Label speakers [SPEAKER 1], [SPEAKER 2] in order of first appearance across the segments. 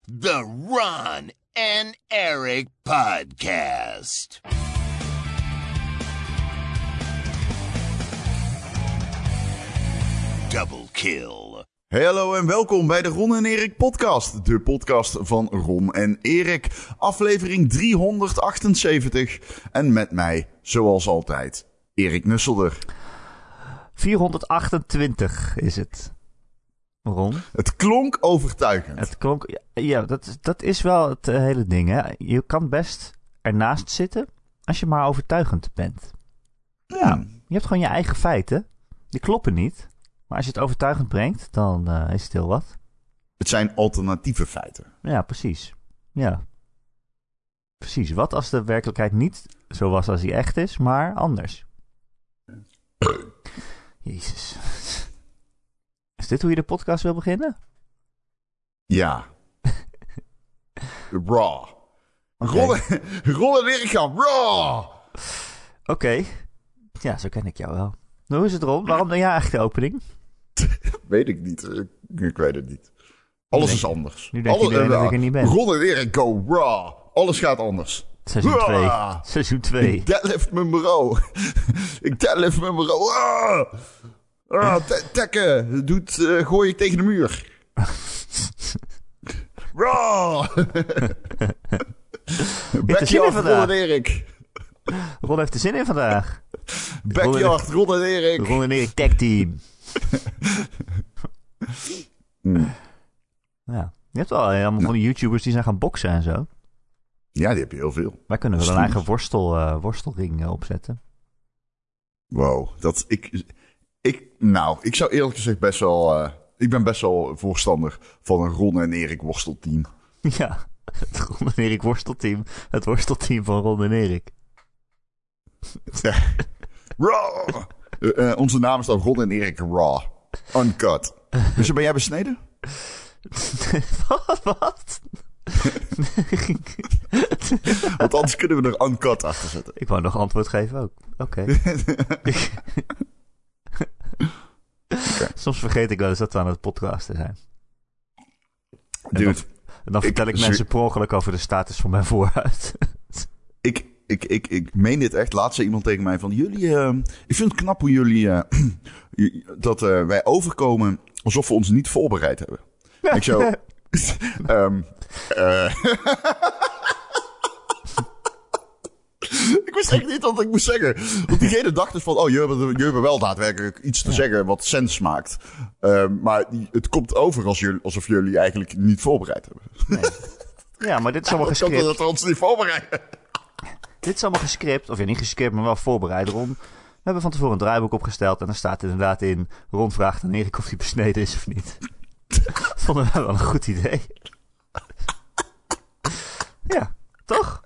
[SPEAKER 1] The Ron and Eric Podcast. Double kill.
[SPEAKER 2] Hey, hallo en welkom bij de Ron en Erik podcast. De podcast van Ron en Erik. Aflevering 378. En met mij, zoals altijd, Erik Nusselder.
[SPEAKER 3] 428 is het, Ron.
[SPEAKER 2] Het klonk overtuigend.
[SPEAKER 3] Het klonk, ja, dat is wel het hele ding, hè. Je kan best ernaast zitten als je maar overtuigend bent. Ja, je hebt gewoon je eigen feiten. Die kloppen niet. Maar als je het overtuigend brengt, dan is het heel wat.
[SPEAKER 2] Het zijn alternatieve feiten.
[SPEAKER 3] Ja, precies. Ja. Precies. Wat als de werkelijkheid niet zo was als die echt is, maar anders? Jezus. Is dit hoe je de podcast wil beginnen?
[SPEAKER 2] Ja. Raw.
[SPEAKER 3] Okay.
[SPEAKER 2] Ron en Erik gaan raw.
[SPEAKER 3] Oké. Ja, zo ken ik jou wel. Hoe is het, Ron? Waarom dan jij eigenlijk de opening?
[SPEAKER 2] Weet ik niet. Ik weet het niet. Alles is anders.
[SPEAKER 3] Nu denk je dat ik er niet ben.
[SPEAKER 2] Ron en Erik go raw. Alles gaat anders.
[SPEAKER 3] Seizoen 2. Seizoen 2.
[SPEAKER 2] Ik deadlift mijn bureau. Tekken. Gooi je tegen de muur. Raw. Backyard Ron en Erik.
[SPEAKER 3] Ron heeft er zin in vandaag.
[SPEAKER 2] Backyard Ron en Erik.
[SPEAKER 3] Ron en Erik tag team. Ja. Je hebt wel allemaal van die YouTubers die zijn gaan boksen en zo.
[SPEAKER 2] Ja, die heb je heel veel.
[SPEAKER 3] Wij kunnen wel een eigen worstelring opzetten.
[SPEAKER 2] Wow, ik zou eerlijk gezegd best wel... ik ben best wel voorstander van een Ron en Erik worstelteam.
[SPEAKER 3] Ja, het Ron en Erik worstelteam. Het worstelteam van Ron en Erik.
[SPEAKER 2] Raw! Onze naam is dan Ron en Erik Raw. Uncut. Dus ben jij besneden?
[SPEAKER 3] Wat?
[SPEAKER 2] Want anders kunnen we er uncut achter zetten.
[SPEAKER 3] Ik wou nog antwoord geven ook. Oké. Soms vergeet ik wel eens dat we aan het podcasten zijn.
[SPEAKER 2] Dude.
[SPEAKER 3] En dan vertel ik mensen per ongeluk over de status van mijn voorhuid.
[SPEAKER 2] Ik meen dit echt. Laatst zei iemand tegen mij van... Jullie... ik vind het knap hoe jullie... dat wij overkomen alsof we ons niet voorbereid hebben. Ik zo... ik wist echt niet wat ik moest zeggen. Want diegene dacht dus van... Oh, jullie hebben wel daadwerkelijk iets te zeggen wat sens maakt. Maar het komt over alsof jullie eigenlijk niet voorbereid hebben.
[SPEAKER 3] Nee. Ja, maar dit is allemaal gescript.
[SPEAKER 2] Dat we ons niet voorbereiden.
[SPEAKER 3] Dit is allemaal gescript. Of ja, niet gescript, maar wel voorbereid. Ron, we hebben van tevoren een draaiboek opgesteld. En daar staat inderdaad in... Ron vraagt aan Erik of hij besneden is of niet. Dat vonden we wel een goed idee. Ja, toch?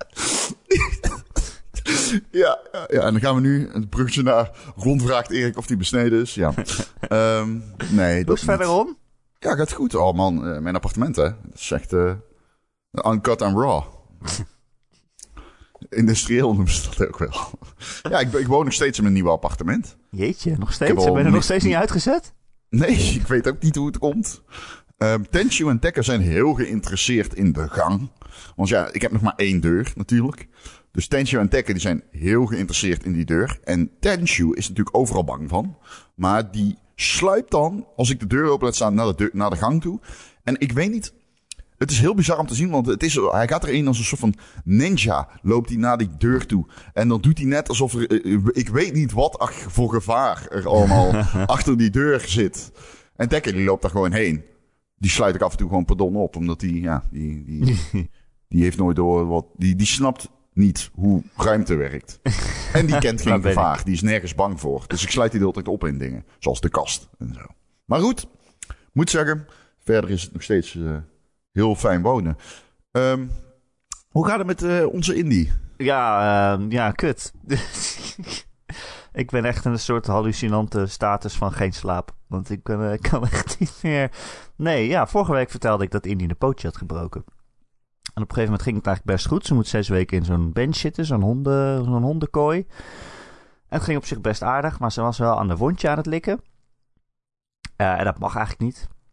[SPEAKER 2] Ja, en dan gaan we nu een bruggetje naar... Ron vraagt Erik of hij besneden is. Ja. Nee,
[SPEAKER 3] hoe is het verder, Ron?
[SPEAKER 2] Ja, gaat goed. Oh man, mijn appartement, hè. Dat is echt uncut en raw. Industrieel noemen ze dat ook wel. Ja, ik woon nog steeds in mijn nieuwe appartement.
[SPEAKER 3] Jeetje, nog steeds? Ben je er nog steeds niet uitgezet?
[SPEAKER 2] Nee, ik weet ook niet hoe het komt. Tenshu en Tekken zijn heel geïnteresseerd in de gang. Want ja, ik heb nog maar 1 deur natuurlijk. Dus Tenshu en Tekken die zijn heel geïnteresseerd in die deur. En Tenshu is natuurlijk overal bang van. Maar die sluipt dan, als ik de deur open laat staan, naar de gang toe. En ik weet niet... Het is heel bizar om te zien, want hij gaat erin als een soort van ninja. Loopt hij naar die deur toe. En dan doet hij net alsof er... Ik weet niet wat voor gevaar er allemaal achter die deur zit. En Tekken die loopt daar gewoon heen. Die sluit ik af en toe gewoon pardon op. Omdat die heeft nooit door wat... Die snapt niet hoe ruimte werkt. En die kent geen gevaar. Die is nergens bang voor. Dus ik sluit die de hele tijd op in dingen. Zoals de kast en zo. Maar goed, moet zeggen... Verder is het nog steeds... heel fijn wonen. Hoe gaat het met onze Indie?
[SPEAKER 3] Ja, kut. Ik ben echt in een soort hallucinante status van geen slaap. Want ik kan echt niet meer... Nee, ja, vorige week vertelde ik dat Indie een pootje had gebroken. En op een gegeven moment ging het eigenlijk best goed. Ze moet 6 weken in zo'n bench zitten, zo'n hondenkooi. En het ging op zich best aardig, maar ze was wel aan de wondje aan het likken. En dat mag eigenlijk niet.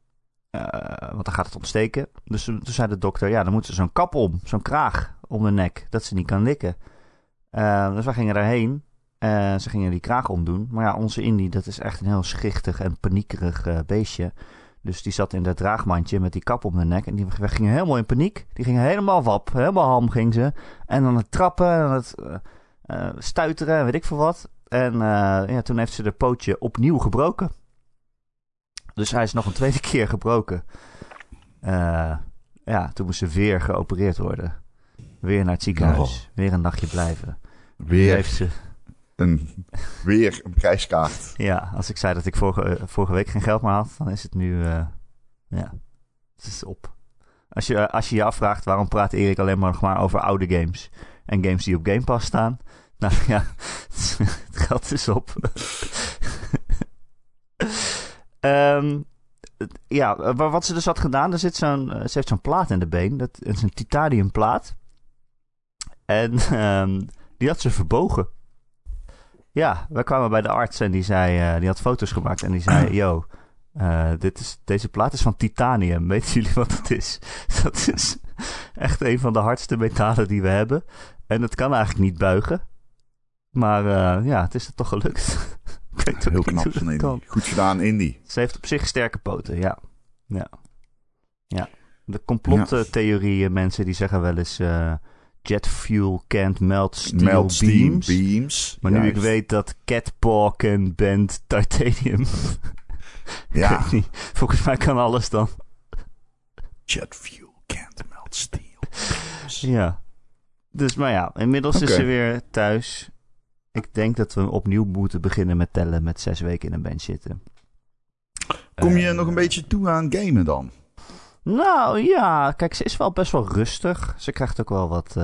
[SPEAKER 3] Want dan gaat het ontsteken. Dus toen zei de dokter, ja, dan moet ze zo'n kap om. Zo'n kraag om de nek. Dat ze niet kan likken. Dus wij gingen daarheen. Ze gingen die kraag omdoen. Maar ja, onze Indy, dat is echt een heel schichtig en paniekerig beestje. Dus die zat in dat draagmandje met die kap om de nek. En we gingen helemaal in paniek. Die gingen helemaal wap. Helemaal ham ging ze. En dan het trappen en het stuiteren en weet ik veel wat. En toen heeft ze de pootje opnieuw gebroken. Dus hij is nog een tweede keer gebroken. Toen moest ze weer geopereerd worden. Weer naar het ziekenhuis. Weer een nachtje blijven.
[SPEAKER 2] Weer
[SPEAKER 3] heeft ze...
[SPEAKER 2] weer een prijskaart.
[SPEAKER 3] Ja, als ik zei dat ik vorige week geen geld meer had, dan is het nu... het is op. Als je je afvraagt waarom praat Erik alleen maar nog maar over oude games. En games die op Game Pass staan. Nou ja, het geld is op. Wat ze dus had gedaan, ze heeft zo'n plaat in de been. Dat is een titaniumplaat. En die had ze verbogen. Ja, wij kwamen bij de arts en die had foto's gemaakt en die zei, deze plaat is van titanium. Weten jullie wat het is? Dat is echt een van de hardste metalen die we hebben. En het kan eigenlijk niet buigen. Maar het is er toch gelukt. Ik weet
[SPEAKER 2] heel knap van Indy. Goed gedaan, Indy.
[SPEAKER 3] Ze heeft op zich sterke poten, ja. De complottheorieën, mensen die zeggen wel eens... jet fuel can't melt steel beams. Maar nu ik weet dat cat paw can bend titanium...
[SPEAKER 2] Ja.
[SPEAKER 3] Ik weet niet. Volgens mij kan alles dan.
[SPEAKER 2] Jet fuel can't melt steel beams.
[SPEAKER 3] Ja. Dus, maar ja, inmiddels is ze weer thuis... Ik denk dat we opnieuw moeten beginnen met tellen met 6 weken in een bench zitten.
[SPEAKER 2] Kom je nog een beetje toe aan gamen dan?
[SPEAKER 3] Nou ja, kijk, ze is wel best wel rustig. Ze krijgt ook wel wat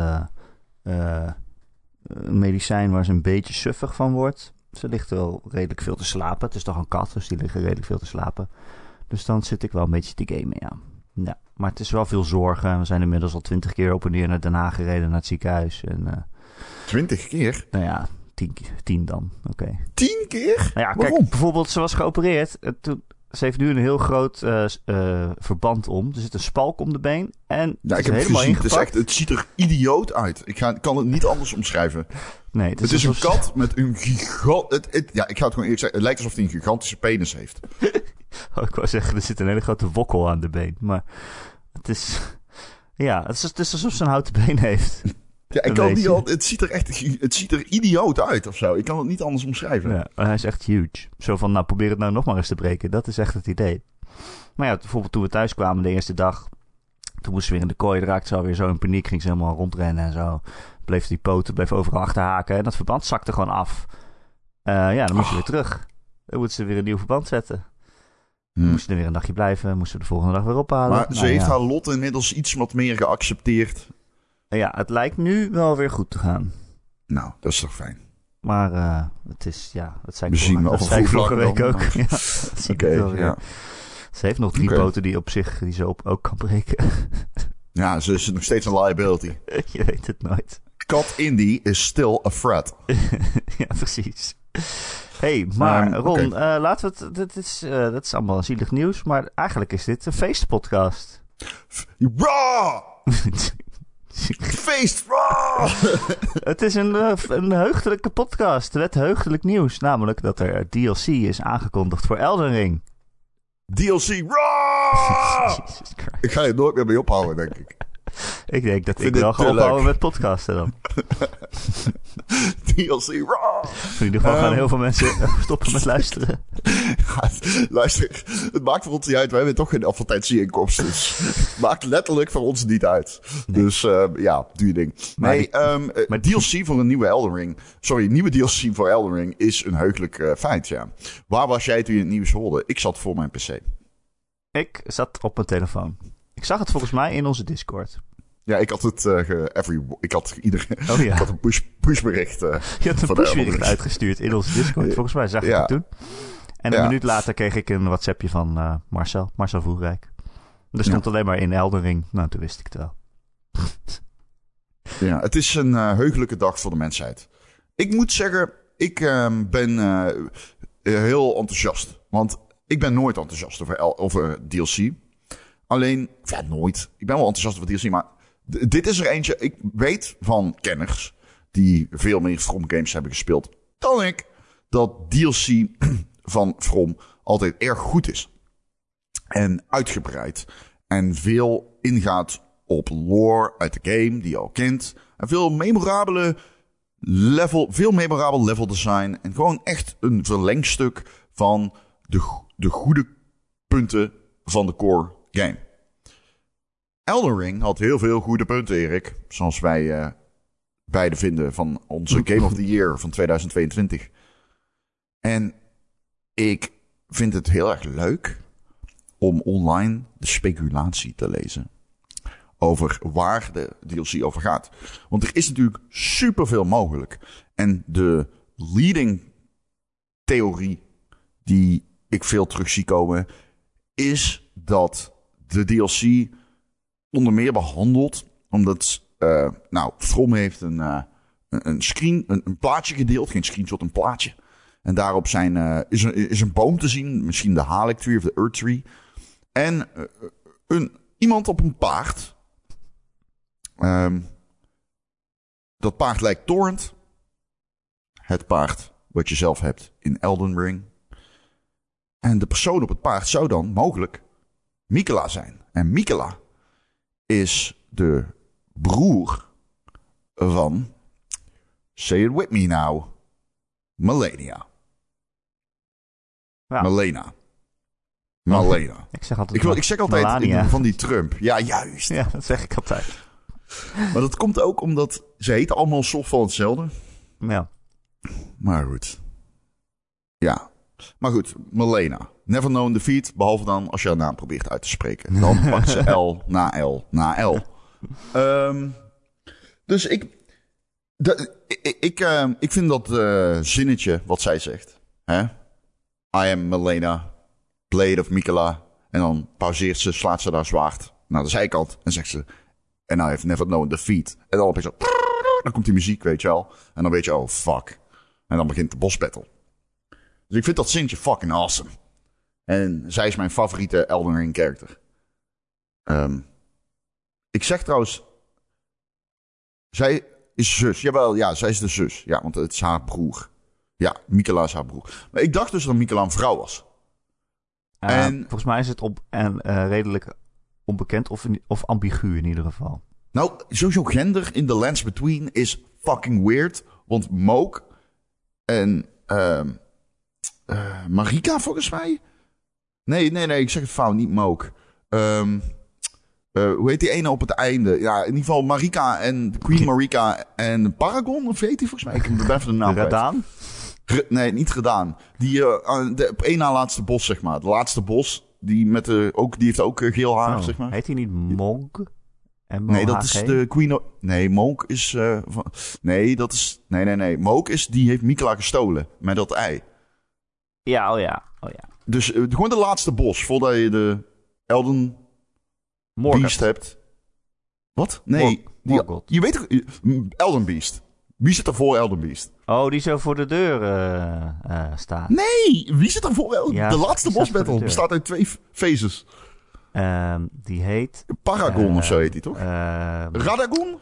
[SPEAKER 3] medicijn waar ze een beetje suffig van wordt. Ze ligt wel redelijk veel te slapen. Het is toch een kat, dus die liggen redelijk veel te slapen. Dus dan zit ik wel een beetje te gamen, ja. Ja, maar het is wel veel zorgen. We zijn inmiddels al 20 keer op en neer naar Den Haag gereden, naar het ziekenhuis.
[SPEAKER 2] 20 keer?
[SPEAKER 3] Nou ja, 10 dan. Oké.
[SPEAKER 2] 10 keer?
[SPEAKER 3] Nou ja,
[SPEAKER 2] waarom?
[SPEAKER 3] Kijk, bijvoorbeeld, ze was geopereerd. Ze heeft nu een heel groot verband om. Er zit een spalk om de been. En
[SPEAKER 2] ja, ik
[SPEAKER 3] heb
[SPEAKER 2] het
[SPEAKER 3] helemaal
[SPEAKER 2] gezien.
[SPEAKER 3] ingepakt.
[SPEAKER 2] Het ziet er idioot uit. Ik kan het niet anders omschrijven.
[SPEAKER 3] Nee,
[SPEAKER 2] het is een kat met een gigant... ik ga het gewoon eerlijk zeggen. Het lijkt alsof hij een gigantische penis heeft.
[SPEAKER 3] Ik wou zeggen, er zit een hele grote wokkel aan de been. Maar het is... Ja, het is alsof ze een houten been heeft.
[SPEAKER 2] Ja, het ziet er idioot uit of zo. Ik kan het niet anders omschrijven.
[SPEAKER 3] Ja, hij is echt huge. Zo van, probeer het nou nog maar eens te breken. Dat is echt het idee. Maar ja, bijvoorbeeld toen we thuis kwamen de eerste dag... Toen moesten we weer in de kooi. Raakte ze alweer zo in paniek. Ging ze helemaal rondrennen en zo. Bleef die poten, bleef overal achterhaken. En dat verband zakte gewoon af. Dan moest je weer terug. Dan moeten ze weer een nieuw verband zetten. Moesten er weer een dagje blijven. Moesten we de volgende dag weer ophalen.
[SPEAKER 2] Maar ze heeft haar lot inmiddels iets wat meer geaccepteerd.
[SPEAKER 3] Ja, het lijkt nu wel weer goed te gaan.
[SPEAKER 2] Nou, dat is toch fijn.
[SPEAKER 3] Maar het is, dat zei
[SPEAKER 2] ik
[SPEAKER 3] vorige week ook.
[SPEAKER 2] Ja,
[SPEAKER 3] Ze heeft nog 3 poten die ze ook kan breken.
[SPEAKER 2] Ja, ze is nog steeds een liability.
[SPEAKER 3] Je weet het nooit.
[SPEAKER 2] Kat Indy is still a threat.
[SPEAKER 3] Ja, precies. Hey, maar Ron, laten we het... Dat is allemaal zielig nieuws, maar eigenlijk is dit een feestpodcast.
[SPEAKER 2] Raw! Feest! Raw!
[SPEAKER 3] Het is een heugdelijke podcast met heugdelijk nieuws. Namelijk dat er DLC is aangekondigd voor Elden Ring.
[SPEAKER 2] DLC Raw! Ik ga je nooit meer mee ophouden, denk ik.
[SPEAKER 3] Ik denk dat ik wel ga ophouden met podcasten dan.
[SPEAKER 2] DLC Raw!
[SPEAKER 3] In ieder geval gaan heel veel mensen stoppen met luisteren.
[SPEAKER 2] Luister, het maakt voor ons niet uit. Wij hebben toch geen advertentieinkomsten. Dus het maakt letterlijk voor ons niet uit. Nee. Dus doe je ding. Maar DLC voor een nieuwe Elden Ring... Sorry, nieuwe DLC voor Elden Ring is een heugelijk feit, ja. Waar was jij toen je het nieuws hoorde? Ik zat voor mijn PC.
[SPEAKER 3] Ik zat op mijn telefoon. Ik zag het volgens mij in onze Discord.
[SPEAKER 2] Ja, ik had het ik had een pushbericht.
[SPEAKER 3] Je had een pushbericht uitgestuurd in onze Discord. Volgens mij zag ik het toen. En een minuut later kreeg ik een WhatsAppje van Marcel Vroegrijk. Er stond alleen maar in Elden Ring. Nou, toen wist ik het wel.
[SPEAKER 2] Ja, het is een heugelijke dag voor de mensheid. Ik moet zeggen, ik ben heel enthousiast. Want ik ben nooit enthousiast over DLC. Alleen, ja, nooit. Ik ben wel enthousiast over DLC, maar dit is er eentje. Ik weet van kenners die veel meer From games hebben gespeeld dan ik, dat DLC van From altijd erg goed is. En uitgebreid. En veel ingaat op lore uit de game die je al kent. En veel memorabel level design. En gewoon echt een verlengstuk van de goede punten van de core game. Elden Ring had heel veel goede punten, Erik. Zoals wij beide vinden van onze Game of the Year van 2022. En ik vind het heel erg leuk om online de speculatie te lezen over waar de DLC over gaat. Want er is natuurlijk superveel mogelijk. En de leading theorie die ik veel terug zie komen, is dat de DLC onder meer behandelt, omdat From heeft een plaatje gedeeld, geen screenshot, een plaatje. En daarop is een boom te zien, misschien de Halik Tree of de Earth Tree. En iemand op een paard. Dat paard lijkt Torrent. Het paard wat je zelf hebt in Elden Ring. En de persoon op het paard zou dan mogelijk Miquella zijn. En Miquella is de broer van, say it with me now, Malenia.
[SPEAKER 3] Ja.
[SPEAKER 2] Malena. Ik zeg altijd van die Trump. Ja, juist.
[SPEAKER 3] Ja, dat zeg ik altijd.
[SPEAKER 2] Maar dat komt ook omdat ze heten allemaal soort van hetzelfde.
[SPEAKER 3] Ja.
[SPEAKER 2] Maar goed. Ja. Maar goed, Malena. Never known defeat, behalve dan als je haar naam probeert uit te spreken. Dan pakt ze L na L na L. Dus ik vind dat zinnetje wat zij zegt. Hè? I am Malena, Blade of Miquella. En dan pauzeert ze, slaat ze daar zwaard naar de zijkant. En zegt ze, and I have never known defeat. En dan opeens zo, dan komt die muziek, weet je wel. En dan weet je, oh fuck. En dan begint de boss battle. Dus ik vind dat zinnetje fucking awesome. En zij is mijn favoriete Elden Ring character. Ik zeg trouwens, zij is zus. Jawel, ja, zij is de zus. Ja, want het is haar broer. Ja, Miquella is haar broer. Maar ik dacht dus dat Miquella een vrouw was.
[SPEAKER 3] Volgens mij is het redelijk onbekend of ambigu in ieder geval.
[SPEAKER 2] Nou, sowieso gender in The Lands Between is fucking weird. Want Moog en Marika volgens mij? Nee, ik zeg het fout, niet Moog. Hoe heet die ene op het einde? Ja, in ieder geval Marika en Queen Marika en Paragon, of heet die volgens mij? Ik ben even de naam kwijt.
[SPEAKER 3] Radaan?
[SPEAKER 2] Nee, niet gedaan. Die op één na laatste bos, zeg maar. De laatste bos, die heeft ook geel haar, zeg maar.
[SPEAKER 3] Heet hij niet Monk?
[SPEAKER 2] Nee, dat is de Queen... Nee, Monk is... Nee, dat is... Nee. Monk is... Die heeft Miquella gestolen. Met dat ei.
[SPEAKER 3] Ja, oh ja.
[SPEAKER 2] Dus gewoon de laatste bos. Voordat je de Elden Beast hebt. Wat? Nee. Je weet toch... Elden Beast. Wie zit er voor Elden Beast?
[SPEAKER 3] Oh, die zo voor de deur staat.
[SPEAKER 2] Nee, wie zit er voor? Ja, de laatste boss battle bestaat uit 2 phases.
[SPEAKER 3] Die heet...
[SPEAKER 2] Paragon of zo heet die, toch? Radagon?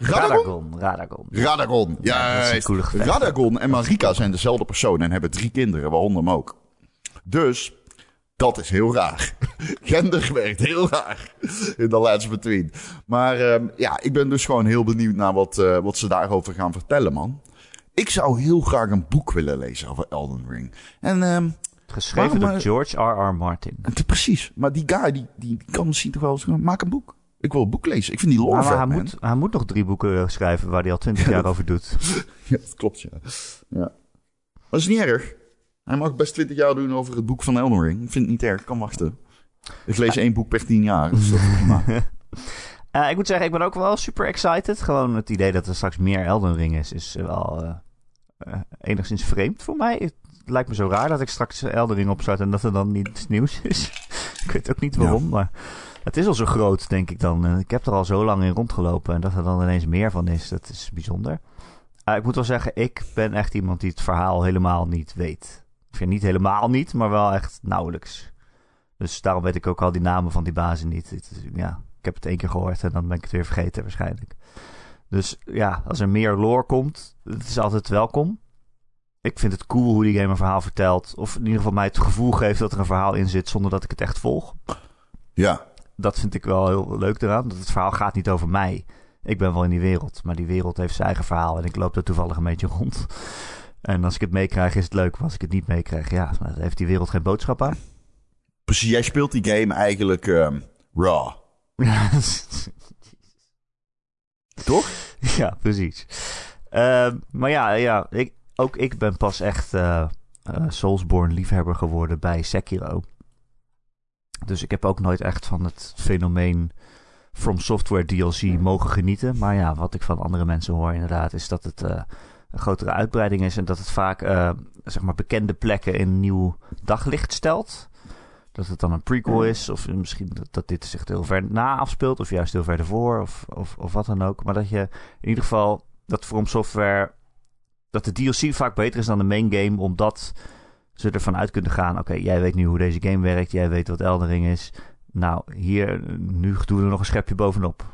[SPEAKER 2] Ja, Radagon en Marika zijn dezelfde persoon en hebben 3 kinderen, waaronder ook. Dus, dat is heel raar. Gender werkt heel raar in The Lands Between. Maar ik ben dus gewoon heel benieuwd naar wat ze daarover gaan vertellen, man. Ik zou heel graag een boek willen lezen over Elden Ring. En...
[SPEAKER 3] Geschreven door George R.R. Martin.
[SPEAKER 2] Precies. Maar die guy, die kan misschien toch wel eens... Maak een boek. Ik wil een boek lezen. Ik vind die lore vet, man.
[SPEAKER 3] Hij moet nog 3 boeken schrijven waar hij al 20 jaar over doet.
[SPEAKER 2] Ja, dat klopt, ja. Maar dat is niet erg. Hij mag best 20 jaar doen over het boek van Elden Ring. Ik vind het niet erg. Ik kan wachten. Ik lees 1 boek per 10 jaar. Dus dat is prima.
[SPEAKER 3] Ik moet zeggen, ik ben ook wel super excited. Gewoon het idee dat er straks meer Elden Ring is wel enigszins vreemd voor mij. Het lijkt me zo raar dat ik straks Elden Ring opstart en dat er dan niets nieuws is. Ik weet ook niet waarom, maar het is al zo groot, denk ik dan. Ik heb er al zo lang in rondgelopen en dat er dan ineens meer van is, dat is bijzonder. Ik moet wel zeggen, ik ben echt iemand die het verhaal helemaal niet weet. Of ja, niet helemaal niet, maar wel echt nauwelijks. Dus daarom weet ik ook al die namen van die bazen niet. Ik heb het 1 keer gehoord en dan ben ik het weer vergeten waarschijnlijk. Dus ja, als er meer lore komt, het is altijd welkom. Ik vind het cool hoe die game een verhaal vertelt. Of in ieder geval mij het gevoel geeft dat er een verhaal in zit zonder dat ik het echt volg.
[SPEAKER 2] Ja.
[SPEAKER 3] Dat vind ik wel heel leuk eraan. Dat het verhaal gaat niet over mij. Ik ben wel in die wereld, maar die wereld heeft zijn eigen verhaal. En ik loop er toevallig een beetje rond. En als ik het meekrijg is het leuk. Maar als ik het niet meekrijg, ja, dan heeft die wereld geen boodschap aan.
[SPEAKER 2] Precies, jij speelt die game eigenlijk raw. Toch?
[SPEAKER 3] Ja, precies. Maar ja, ik ben pas echt Soulsborne-liefhebber geworden bij Sekiro. Dus ik heb ook nooit echt van het fenomeen From Software DLC mogen genieten. Maar ja, wat ik van andere mensen hoor inderdaad, is dat het een grotere uitbreiding is. En dat het vaak zeg maar bekende plekken in nieuw daglicht stelt. Dat het dan een prequel is. Of misschien dat dit zich heel ver na afspeelt. Of juist heel ver ervoor. Of wat dan ook. Maar dat je in ieder geval dat From Software, dat de DLC vaak beter is dan de main game. Omdat ze ervan uit kunnen gaan. Oké, jij weet nu hoe deze game werkt. Jij weet wat Elden Ring is. Nou, nu doen we er nog een schepje bovenop.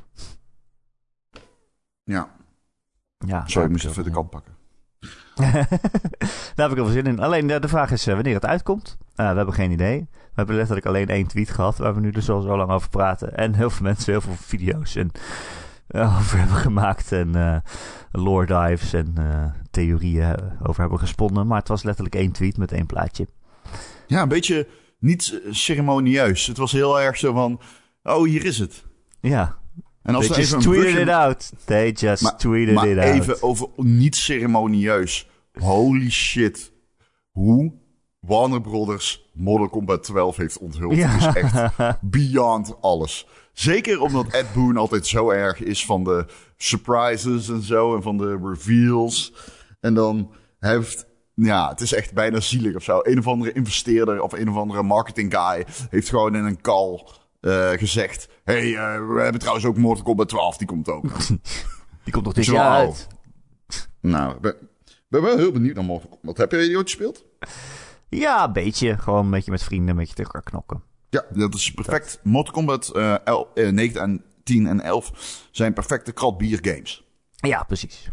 [SPEAKER 2] Ja.
[SPEAKER 3] Ja,
[SPEAKER 2] sorry, ik moest even de kant pakken.
[SPEAKER 3] Daar heb ik heel veel zin in. Alleen de vraag is wanneer het uitkomt. We hebben geen idee. We hebben letterlijk alleen 1 tweet gehad waar we nu dus al zo lang over praten. En heel veel mensen heel veel video's over hebben gemaakt. En lore dives en theorieën over hebben gesponnen. Maar het was letterlijk 1 tweet met 1 plaatje.
[SPEAKER 2] Ja, een beetje niet ceremonieus. Het was heel erg zo van, oh, hier is het.
[SPEAKER 3] Ja.
[SPEAKER 2] En als
[SPEAKER 3] they just tweeted it out. They just tweeted it out.
[SPEAKER 2] Maar even over niet ceremonieus. Holy shit. Hoe Warner Brothers Mortal Kombat 12 heeft onthuld. Ja. Het is echt beyond alles. Zeker omdat Ed Boon altijd zo erg is van de surprises en zo. En van de reveals. En dan heeft... Ja, het is echt bijna zielig of zo. Een of andere investeerder of een of andere marketing guy heeft gewoon in een call gezegd... Hey, we hebben trouwens ook Mortal Kombat 12, die komt ook.
[SPEAKER 3] Die komt nog dit jaar uit.
[SPEAKER 2] Nou, ik ben wel heel benieuwd naar Mortal Kombat. Heb jij die ooit gespeeld?
[SPEAKER 3] Ja, een beetje. Gewoon een beetje met vrienden, een beetje tegen elkaar knokken.
[SPEAKER 2] Ja, dat is perfect. Dat. Mortal Kombat 9 en 10 en 11 zijn perfecte krat-bier games.
[SPEAKER 3] Ja, precies.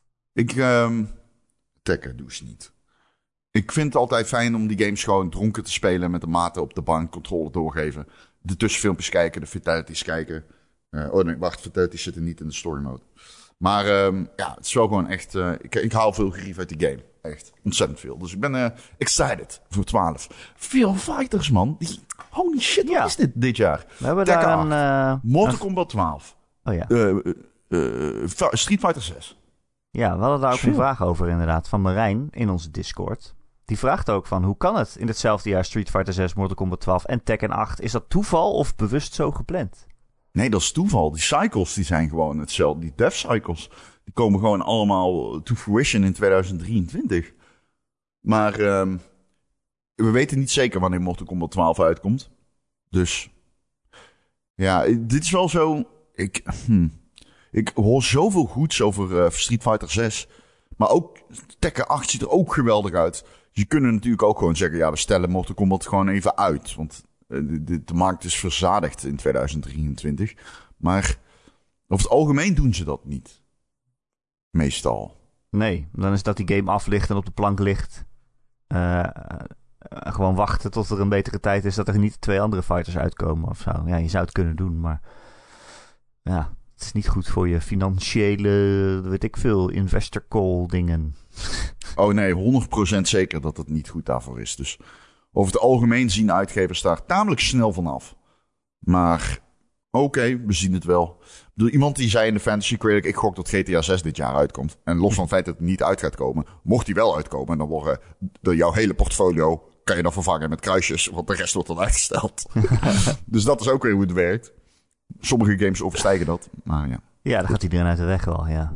[SPEAKER 2] Tekken doe ze niet. Ik vind het altijd fijn om die games gewoon dronken te spelen met de maten op de bank, controle doorgeven. De tussenfilmpjes kijken, de fatalities kijken. Fatalities zitten niet in de story mode. Maar ja, het is wel gewoon echt... Ik haal veel gerief uit die game. Echt, ontzettend veel. Dus ik ben excited voor 12. Veel fighters, man. Holy shit, wat is dit jaar?
[SPEAKER 3] We hebben Tekken daar
[SPEAKER 2] 8, Mortal Kombat 12.
[SPEAKER 3] Oh ja.
[SPEAKER 2] Street Fighter 6.
[SPEAKER 3] Ja, we hadden daar ook een vraag over inderdaad. Van Marijn in onze Discord. Die vraagt ook van, hoe kan het in hetzelfde jaar Street Fighter 6, Mortal Kombat 12 en Tekken 8? Is dat toeval of bewust zo gepland?
[SPEAKER 2] Nee, dat is toeval. Die cycles die zijn gewoon hetzelfde. Die death cycles, die komen gewoon allemaal to fruition in 2023. Maar we weten niet zeker wanneer Mortal Kombat 12 uitkomt. Dus ja, dit is wel zo... Ik hoor zoveel goeds over Street Fighter 6. Maar ook Tekken 8 ziet er ook geweldig uit. Je kunt natuurlijk ook gewoon zeggen... ja, we stellen Mortal Kombat gewoon even uit. Want de markt is verzadigd in 2023. Maar over het algemeen doen ze dat niet. Meestal.
[SPEAKER 3] Nee, dan is dat die game af ligt en op de plank ligt. Gewoon wachten tot er een betere tijd is... dat er niet 2 andere fighters uitkomen of zo. Ja, je zou het kunnen doen, maar... ja, het is niet goed voor je financiële... weet ik veel, investor call dingen.
[SPEAKER 2] Oh nee, 100% zeker dat het niet goed daarvoor is. Dus over het algemeen zien uitgevers daar tamelijk snel vanaf. Maar oké, we zien het wel. Ik bedoel, iemand die zei in de Fantasy Critic... ik gok dat GTA 6 dit jaar uitkomt. En los van het feit dat het niet uit gaat komen... mocht die wel uitkomen... dan worden jouw hele portfolio... kan je dan vervangen met kruisjes... want de rest wordt dan uitgesteld. Dus dat is ook weer hoe het werkt. Sommige games overstijgen dat, maar ja.
[SPEAKER 3] Ja, dan gaat iedereen uit de weg wel, ja.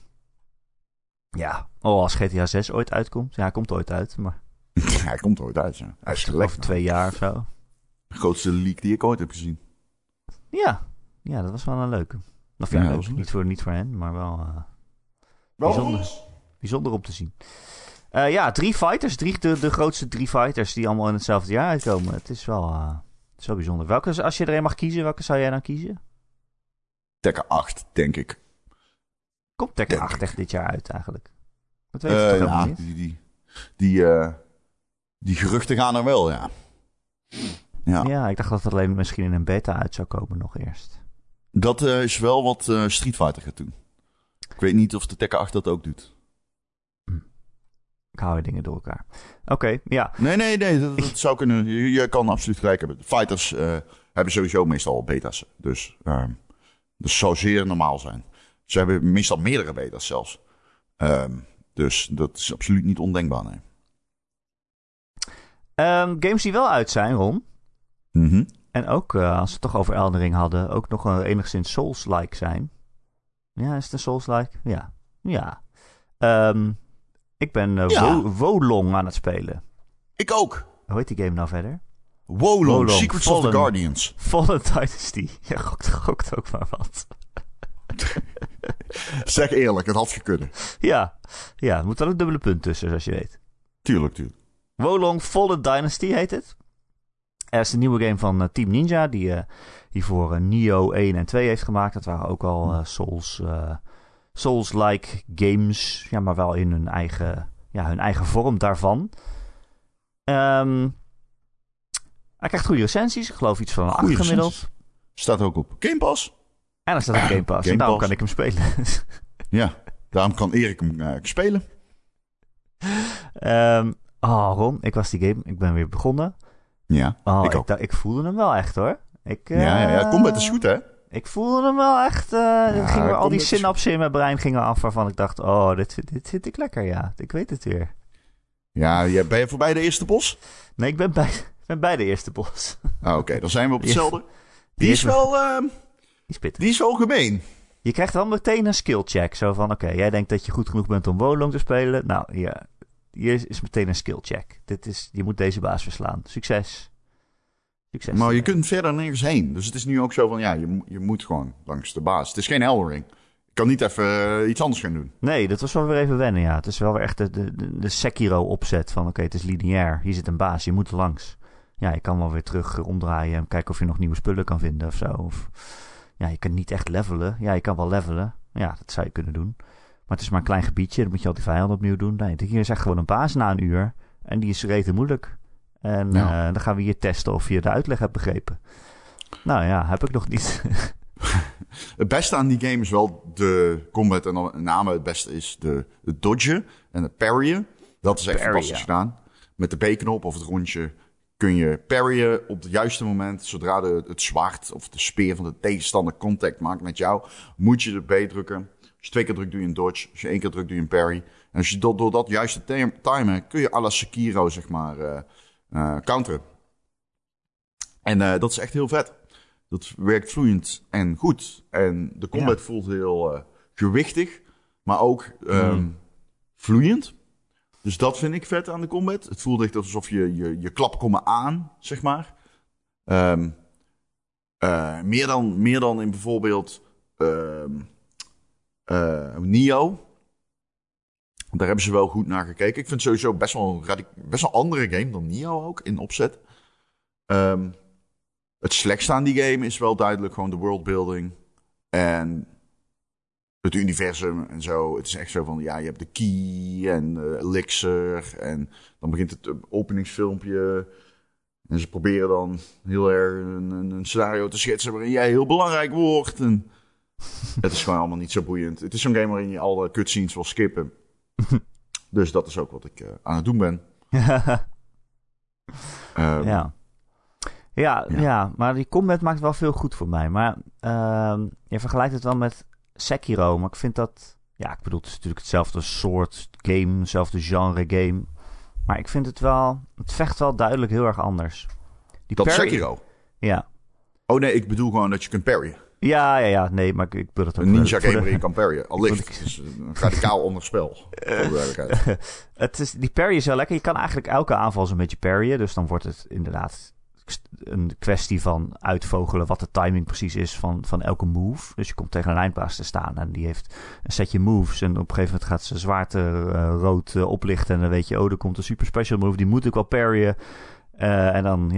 [SPEAKER 3] Ja, als GTA 6 ooit uitkomt. Ja, hij komt ooit uit, maar...
[SPEAKER 2] Ja, hij komt ooit uit, ja. Hij is
[SPEAKER 3] over 2 jaar of zo.
[SPEAKER 2] De grootste leak die ik ooit heb gezien.
[SPEAKER 3] Ja, dat was wel een leuke. Of ja, niet voor hen, maar wel... bijzonder om te zien. 3 fighters, de grootste 3 fighters die allemaal in hetzelfde jaar uitkomen. Het is wel Zo bijzonder. Welke, als je er een mag kiezen, welke zou jij dan kiezen?
[SPEAKER 2] Tekken 8, denk ik.
[SPEAKER 3] Komt Tekken 8 echt dit jaar uit eigenlijk? Dat weet je toch helemaal niet?
[SPEAKER 2] Die geruchten gaan er wel, ja.
[SPEAKER 3] Ja, ik dacht dat het alleen misschien in een beta uit zou komen nog eerst.
[SPEAKER 2] Dat is wel wat Street Fighter gaat doen. Ik weet niet of de Tekken 8 dat ook doet.
[SPEAKER 3] Ik hou je dingen door elkaar. Oké, ja.
[SPEAKER 2] Nee, dat zou kunnen. Je kan absoluut gelijk hebben. Fighters hebben sowieso meestal beta's. Dus dat zou zeer normaal zijn. Ze hebben meestal meerdere beta's zelfs. Dus dat is absoluut niet ondenkbaar, nee.
[SPEAKER 3] Games die wel uit zijn, Ron.
[SPEAKER 2] Mm-hmm.
[SPEAKER 3] En ook, als we het toch over Elden Ring hadden, ook nog enigszins Souls-like zijn. Ja, is het een Souls-like? Ja. Ik ben Wolong aan het spelen.
[SPEAKER 2] Ik ook.
[SPEAKER 3] Hoe heet die game nou verder?
[SPEAKER 2] Wolong, Secrets of the Guardians.
[SPEAKER 3] Fallen Dynasty. Ja, gokt ook maar wat.
[SPEAKER 2] Zeg eerlijk, het had gekund.
[SPEAKER 3] Ja, er moet wel een dubbele punt tussen, zoals je weet.
[SPEAKER 2] Tuurlijk.
[SPEAKER 3] Wolong Fallen Dynasty heet het. Er is een nieuwe game van Team Ninja, die voor Nioh 1 en 2 heeft gemaakt. Dat waren ook al Souls-like games, ja, maar wel in hun eigen vorm daarvan. Hij krijgt goede recensies, ik geloof iets van 8 gemiddeld.
[SPEAKER 2] Staat ook op Game Pass.
[SPEAKER 3] En dan staat op Game Pass, en daarom kan ik hem spelen.
[SPEAKER 2] Ja, daarom kan Erik hem spelen.
[SPEAKER 3] Ron, ik was die game, ik ben weer begonnen.
[SPEAKER 2] Ja, ik ook.
[SPEAKER 3] Ik voelde hem wel echt, hoor.
[SPEAKER 2] Ja, combat is goed, hè?
[SPEAKER 3] Ik voelde hem wel echt. Al die synapsen in mijn brein gingen af waarvan ik dacht, dit vind ik lekker, ja. Ik weet het weer.
[SPEAKER 2] Ja, ben je voorbij de eerste bos?
[SPEAKER 3] Nee, ik ben bij de eerste bos.
[SPEAKER 2] Oké, dan zijn we op hetzelfde. Die is wel... Die is wel gemeen.
[SPEAKER 3] Je krijgt dan meteen een skill check. Zo van, oké, jij denkt dat je goed genoeg bent om Wolong te spelen. Nou, hier is meteen een skill check. Je moet deze baas verslaan. Succes.
[SPEAKER 2] Maar je kunt verder nergens heen. Dus het is nu ook zo van, je moet gewoon langs de baas. Het is geen Elden Ring. Je kan niet even iets anders gaan doen.
[SPEAKER 3] Nee, dat was wel weer even wennen, ja. Het is wel weer echt de Sekiro-opzet van, oké, het is lineair. Hier zit een baas, je moet er langs. Ja, je kan wel weer terug omdraaien en kijken of je nog nieuwe spullen kan vinden of zo. Of, ja, je kan niet echt levelen. Ja, je kan wel levelen. Ja, dat zou je kunnen doen. Maar het is maar een klein gebiedje. Dan moet je al die vijanden opnieuw doen. Nee, hier is echt gewoon een baas na een uur. En die is rete moeilijk. En dan gaan we hier testen of je de uitleg hebt begrepen. Nou ja, heb ik nog niet.
[SPEAKER 2] Het beste aan die game is wel de combat. En dan met name het beste is de dodgen en het parryen. Dat is echt fantastisch gedaan. Met de B-knop of het rondje kun je parryen op het juiste moment. Zodra het zwaard of de speer van de tegenstander contact maakt met jou, moet je de B drukken. Als je 2 keer drukt, doe je een dodge. Als je 1 keer drukt, doe je een parry. En als je door dat juiste timen, kun je à la Sekiro, zeg maar, counteren. En dat is echt heel vet. Dat werkt vloeiend en goed. En de combat voelt heel gewichtig, maar ook vloeiend. Dus dat vind ik vet aan de combat. Het voelt echt alsof je klappen komen aan, zeg maar. Meer dan in bijvoorbeeld Nioh. Daar hebben ze wel goed naar gekeken. Ik vind het sowieso best wel een andere game dan Nioh ook, in opzet. Het slechtste aan die game is wel duidelijk gewoon de worldbuilding. En het universum en zo. Het is echt zo van, je hebt de key en elixir. En dan begint het openingsfilmpje. En ze proberen dan heel erg een scenario te schetsen waarin jij heel belangrijk wordt. En het is gewoon allemaal niet zo boeiend. Het is zo'n game waarin je alle cutscenes wil skippen. Dus dat is ook wat ik aan het doen ben.
[SPEAKER 3] Ja, maar die combat maakt wel veel goed voor mij. Maar je vergelijkt het wel met Sekiro. Maar ik vind dat... Ja, ik bedoel, het is natuurlijk hetzelfde soort game. Hetzelfde genre game. Maar ik vind het wel... Het vecht wel duidelijk heel erg anders.
[SPEAKER 2] Sekiro?
[SPEAKER 3] Ja.
[SPEAKER 2] Oh nee, ik bedoel gewoon dat je kunt parryen.
[SPEAKER 3] Ja. Nee, maar ik bedoel het ook...
[SPEAKER 2] Een ninja game waarin je kan parryen. Allicht. Het is een radicaal ander spel.
[SPEAKER 3] Die parry is wel lekker. Je kan eigenlijk elke aanval zo'n beetje parryen. Dus dan wordt het inderdaad een kwestie van uitvogelen wat de timing precies is van elke move. Dus je komt tegen een eindbaas te staan en die heeft een setje moves. En op een gegeven moment gaat ze zwaard rood oplichten. En dan weet je, er komt een super special move. Die moet ik wel parryen. En dan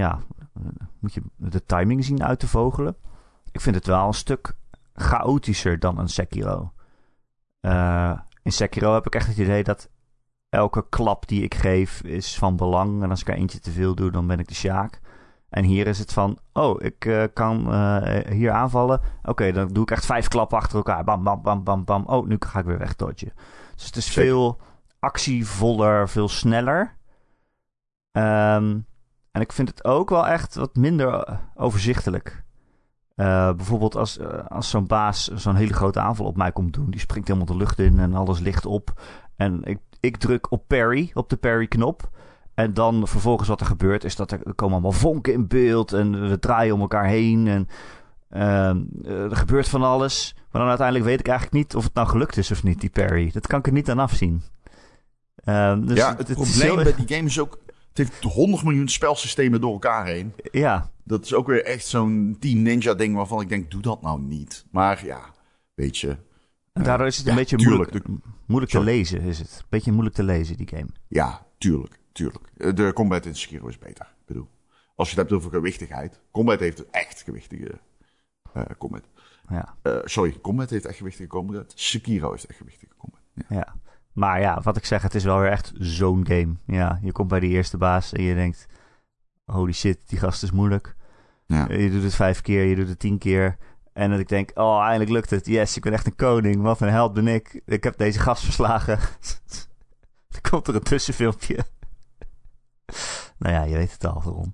[SPEAKER 3] moet je de timing zien uit te vogelen. Ik vind het wel een stuk chaotischer dan een Sekiro. In Sekiro heb ik echt het idee dat elke klap die ik geef is van belang. En als ik er eentje te veel doe, dan ben ik de sjaak. En hier is het van, ik kan hier aanvallen. Oké, dan doe ik echt 5 klappen achter elkaar. Bam, bam, bam, bam, bam. Oh, nu ga ik weer wegdodgen. Dus het is veel actievoller, veel sneller. En ik vind het ook wel echt wat minder overzichtelijk. Bijvoorbeeld als zo'n baas zo'n hele grote aanval op mij komt doen. Die springt helemaal de lucht in en alles ligt op. En ik druk op parry, op de parry-knop. En dan vervolgens wat er gebeurt is dat er komen allemaal vonken in beeld. En we draaien om elkaar heen. En er gebeurt van alles. Maar dan uiteindelijk weet ik eigenlijk niet of het nou gelukt is of niet, die parry. Dat kan ik er niet aan afzien. Dus
[SPEAKER 2] ja, het probleem bij die game is ook... Het heeft 100 miljoen spelsystemen door elkaar heen.
[SPEAKER 3] Ja.
[SPEAKER 2] Dat is ook weer echt zo'n Team Ninja ding waarvan ik denk, doe dat nou niet. Maar ja, weet je...
[SPEAKER 3] En daardoor is het een beetje moeilijk te lezen, is het. Een beetje moeilijk te lezen, die game.
[SPEAKER 2] Ja, tuurlijk. De combat in Sekiro is beter. Ik bedoel, als je het hebt over gewichtigheid. Combat heeft echt gewichtige combat.
[SPEAKER 3] Ja.
[SPEAKER 2] Combat heeft echt gewichtige combat. Sekiro heeft echt gewichtige combat.
[SPEAKER 3] Ja. Maar ja, wat ik zeg, het is wel weer echt zo'n game. Ja, je komt bij die eerste baas en je denkt... Holy shit, die gast is moeilijk. Ja. Je doet het 5 keer, je doet het 10 keer... En dat ik denk, eindelijk lukt het. Yes, ik ben echt een koning. Wat een held ben ik. Ik heb deze gast verslagen. Dan komt er een tussenfilmpje. Nou ja, je weet het al, Ron.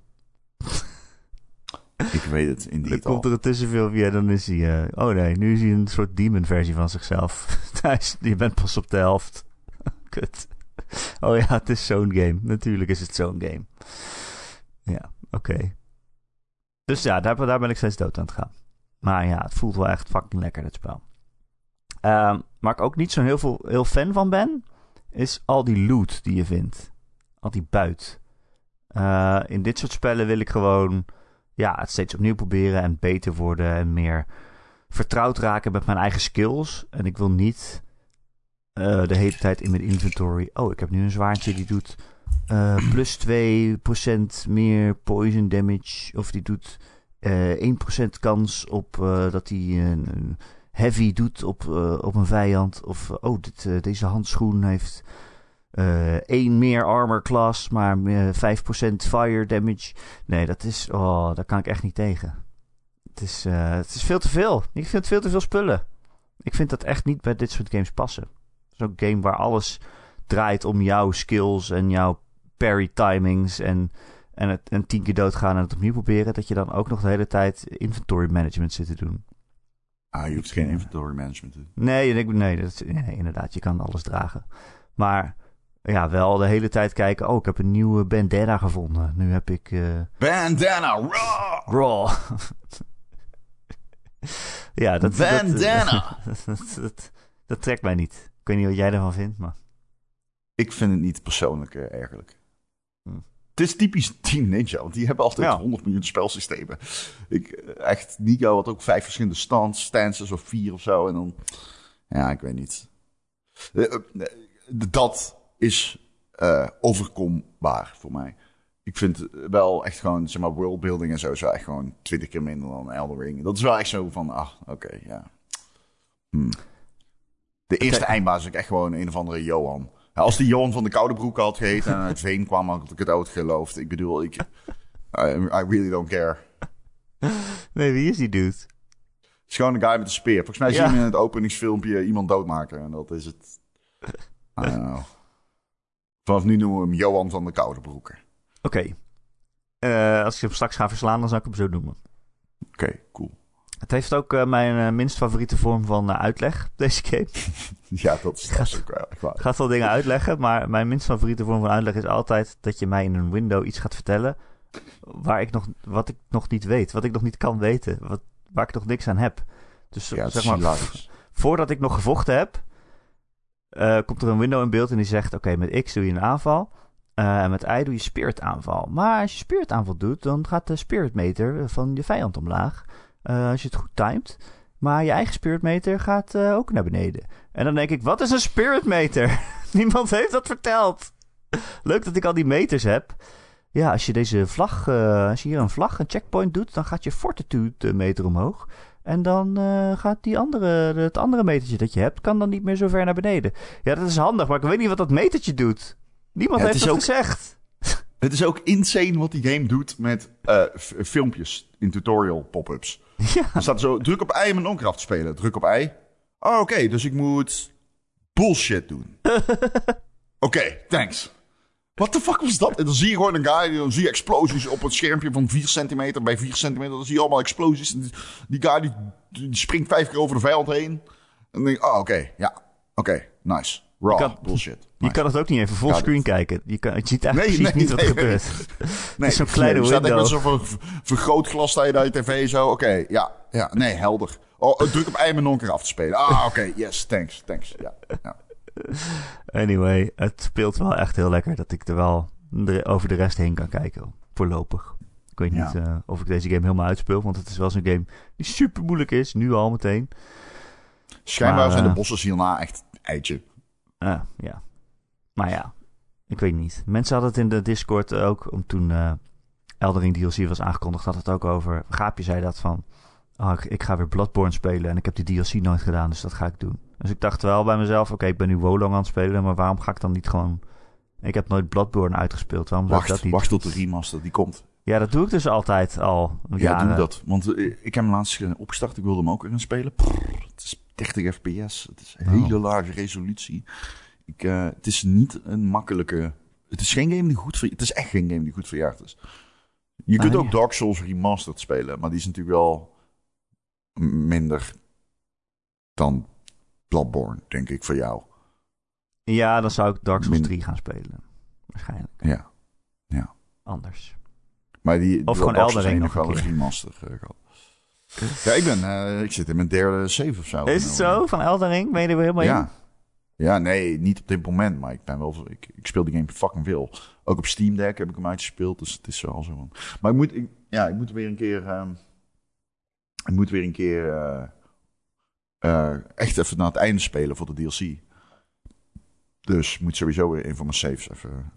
[SPEAKER 2] Ik weet het inderdaad al.
[SPEAKER 3] Dan komt er een tussenfilmpje en dan is hij... nu is hij een soort demon-versie van zichzelf. Je bent pas op de helft. Kut. Oh ja, het is zo'n game. Natuurlijk is het zo'n game. Ja, oké. Dus ja, daar ben ik steeds dood aan het gaan. Maar ja, het voelt wel echt fucking lekker, dat spel. Waar ik ook niet zo'n heel fan van ben... is al die loot die je vindt. Al die buit. In dit soort spellen wil ik gewoon... het steeds opnieuw proberen en beter worden... en meer vertrouwd raken met mijn eigen skills. En ik wil niet de hele tijd in mijn inventory... ik heb nu een zwaardje die doet... plus 2% meer poison damage... of die doet... 1% kans op dat hij een heavy doet op een vijand. Of deze handschoen heeft 1 meer armor class, maar 5% fire damage. Nee, dat is... daar kan ik echt niet tegen. Het is veel te veel. Ik vind veel te veel spullen. Ik vind dat echt niet bij dit soort games passen. Het is ook een game waar alles draait om jouw skills en jouw parry timings en 10 keer doodgaan en het opnieuw proberen, dat je dan ook nog de hele tijd inventory management zit te doen.
[SPEAKER 2] Je hoeft geen inventory management te doen.
[SPEAKER 3] Nee, inderdaad, je kan alles dragen. Maar ja, wel de hele tijd kijken, ik heb een nieuwe bandana gevonden. Nu heb ik...
[SPEAKER 2] Bandana,
[SPEAKER 3] raw! Ja,
[SPEAKER 2] bandana!
[SPEAKER 3] Dat trekt mij niet. Ik weet niet wat jij ervan vindt, maar...
[SPEAKER 2] Ik vind het niet persoonlijk eigenlijk. Het is typisch Team Ninja, want die hebben altijd 100 miljoen spelsystemen. Nico had ook 5 verschillende stances of 4 of zo. En dan, ik weet niet. Dat is overkombaar voor mij. Ik vind wel echt gewoon, zeg maar, worldbuilding en zo is wel echt gewoon 20 keer minder dan Elden Ring. Dat is wel echt zo van, oké. De eerste eindbaas is ook echt gewoon een of andere Johan. Als die Johan van de Koude Broek had geheten en uit Veen kwam, had ik het ook geloofd. Ik bedoel, I really don't care.
[SPEAKER 3] Nee, wie is die dude?
[SPEAKER 2] Het is gewoon een guy met een speer. Volgens mij zie je hem in het openingsfilmpje iemand doodmaken. En dat is het. I don't know. Vanaf nu noemen we hem Johan van de Koude Broek.
[SPEAKER 3] Oké. Als ik hem straks ga verslaan, dan zou ik hem zo noemen.
[SPEAKER 2] Oké, cool.
[SPEAKER 3] Het heeft ook mijn minst favoriete vorm van uitleg, deze game.
[SPEAKER 2] Ja, dat is ook wel echt waar.
[SPEAKER 3] Ik ga veel dingen uitleggen, maar mijn minst favoriete vorm van uitleg is altijd dat je mij in een window iets gaat vertellen wat ik nog niet weet, wat ik nog niet kan weten, waar ik nog niks aan heb. Dus zeg maar, voordat ik nog gevochten heb, komt er een window in beeld en die zegt, oké, met X doe je een aanval en met Y doe je spirit aanval. Maar als je spirit aanval doet, dan gaat de spirit meter van je vijand omlaag. Als je het goed timed. Maar je eigen spirit meter gaat ook naar beneden. En dan denk ik, wat is een spirit meter? Niemand heeft dat verteld. Leuk dat ik al die meters heb. ja, als je deze vlag, als je hier een checkpoint doet, dan gaat je fortitude meter omhoog. En dan gaat het andere metertje dat je hebt, kan dan niet meer zo ver naar beneden. Ja, dat is handig, maar ik weet niet wat dat metertje doet. Niemand heeft dat gezegd.
[SPEAKER 2] Het is ook insane wat die game doet met filmpjes in tutorial pop-ups.
[SPEAKER 3] Ja.
[SPEAKER 2] Dan staat zo, druk op I om een non-craft te spelen. Druk op I. Oh, oké, dus ik moet bullshit doen. Oké, thanks. What the fuck was dat? En dan zie je gewoon een guy, dan zie je explosies op het schermpje van 4 centimeter bij 4 centimeter. Dan zie je allemaal explosies. En die guy die springt 5 keer over de vijand heen. En dan denk ik, oké, nice. Raw, bullshit. Nice.
[SPEAKER 3] Je kan het ook niet even fullscreen kijken. Je ziet eigenlijk niet wat er gebeurt.
[SPEAKER 2] Nee,
[SPEAKER 3] zo'n kleine
[SPEAKER 2] window. Je staat echt met zo'n vergrootglas sta je naar je tv zo. Oké, nee, helder. Oh, druk op I om een non-keer af te spelen. Oké, yes, thanks. Ja.
[SPEAKER 3] Anyway, het speelt wel echt heel lekker dat ik er wel over de rest heen kan kijken. Voorlopig. Ik weet niet of ik deze game helemaal uitspeel, want het is wel zo'n game die super moeilijk is. Nu al meteen.
[SPEAKER 2] Schijnbaar zijn de bossen hierna echt eitje.
[SPEAKER 3] Ja. Maar ja, ik weet niet. Mensen hadden het in de Discord ook, toen Elden Ring DLC was aangekondigd, had het ook over. Gaapje zei dat van, ik ga weer Bloodborne spelen en ik heb die DLC nooit gedaan, dus dat ga ik doen. Dus ik dacht wel bij mezelf, oké, ik ben nu Wolong aan het spelen, maar waarom ga ik dan niet gewoon... Ik heb nooit Bloodborne uitgespeeld, waarom zou ik dat niet...
[SPEAKER 2] Wacht tot de remaster, die komt.
[SPEAKER 3] Ja, dat doe ik dus altijd al.
[SPEAKER 2] Ja, doe dat. Want ik heb hem laatst opgestart, ik wilde hem ook weer gaan spelen. Het is 30 fps, het is een hele lage resolutie. Het is niet een makkelijke... Het is geen game die goed voor... Het is echt geen game die goed verjaard is. Je kunt ook Dark Souls Remastered spelen, maar die is natuurlijk wel minder dan Bloodborne, denk ik, voor jou.
[SPEAKER 3] Ja, dan zou ik Dark Souls 3 gaan spelen. Waarschijnlijk.
[SPEAKER 2] Ja.
[SPEAKER 3] Anders.
[SPEAKER 2] Maar
[SPEAKER 3] of gewoon Elden Ring
[SPEAKER 2] nog wel een remaster gehad. Ja, ik zit in mijn derde save of zo.
[SPEAKER 3] Is het zo? Van Elden Ring? Ben je er weer helemaal in?
[SPEAKER 2] Ja, nee, niet op dit moment, maar ik speel die game fucking veel. Ook op Steam Deck heb ik hem uitgespeeld, dus het is wel zo. Maar ik moet weer een keer echt even naar het einde spelen voor de DLC. Dus ik moet sowieso weer een van mijn saves even...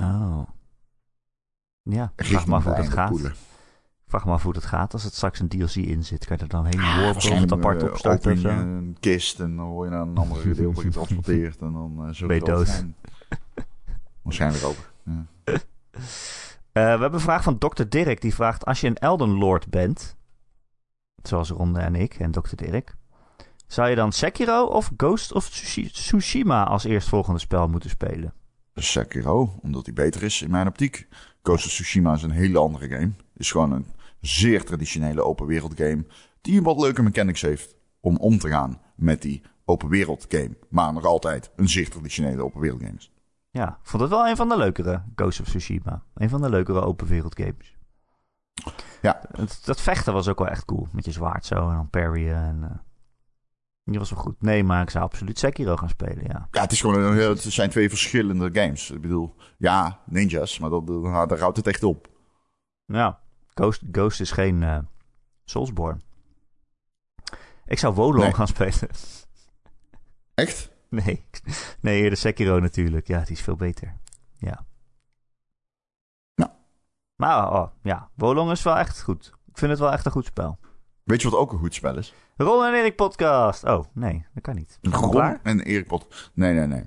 [SPEAKER 3] Ja, vraag me af hoe dat gaat. Vraag me af hoe dat gaat. Als het straks een DLC in zit, kan je er dan heen warpen of het apart opstarten of zo?
[SPEAKER 2] Een kist en dan word je naar een andere gedeelte getransporteerd en dan zo.
[SPEAKER 3] Ben je dood?
[SPEAKER 2] Waarschijnlijk ook. Ja.
[SPEAKER 3] We hebben een vraag van Dr. Dirk. Die vraagt, als je een Elden Lord bent, zoals Ronde en ik en Dr. Dirk, zou je dan Sekiro of Ghost of Tsushima als eerstvolgende spel moeten spelen?
[SPEAKER 2] Sekiro, omdat die beter is in mijn optiek. Ghost of Tsushima is een hele andere game. Is gewoon een zeer traditionele open wereld game die wat leuke mechanics heeft om te gaan met die open wereld game. Maar nog altijd een zeer traditionele open wereld game is.
[SPEAKER 3] Ja, ik vond het wel een van de leukere, Ghost of Tsushima. Een van de leukere open wereld games.
[SPEAKER 2] Ja.
[SPEAKER 3] Dat vechten was ook wel echt cool. Met je zwaard zo en dan parryen en... Die was wel goed. Nee, maar ik zou absoluut Sekiro gaan spelen, ja.
[SPEAKER 2] Ja, het zijn twee verschillende games. Ik bedoel, ja, ninjas, maar daar houdt het echt op.
[SPEAKER 3] Ja, Ghost is geen Soulsborne. Ik zou Wolong gaan spelen.
[SPEAKER 2] Echt?
[SPEAKER 3] Nee, de Sekiro natuurlijk. Ja, die is veel beter. Ja.
[SPEAKER 2] Nou.
[SPEAKER 3] Maar Wolong is wel echt goed. Ik vind het wel echt een goed spel.
[SPEAKER 2] Weet je wat ook een goed spel is?
[SPEAKER 3] Ron en Erik podcast. Oh, nee, dat kan niet.
[SPEAKER 2] Ron en Erik podcast. Nee.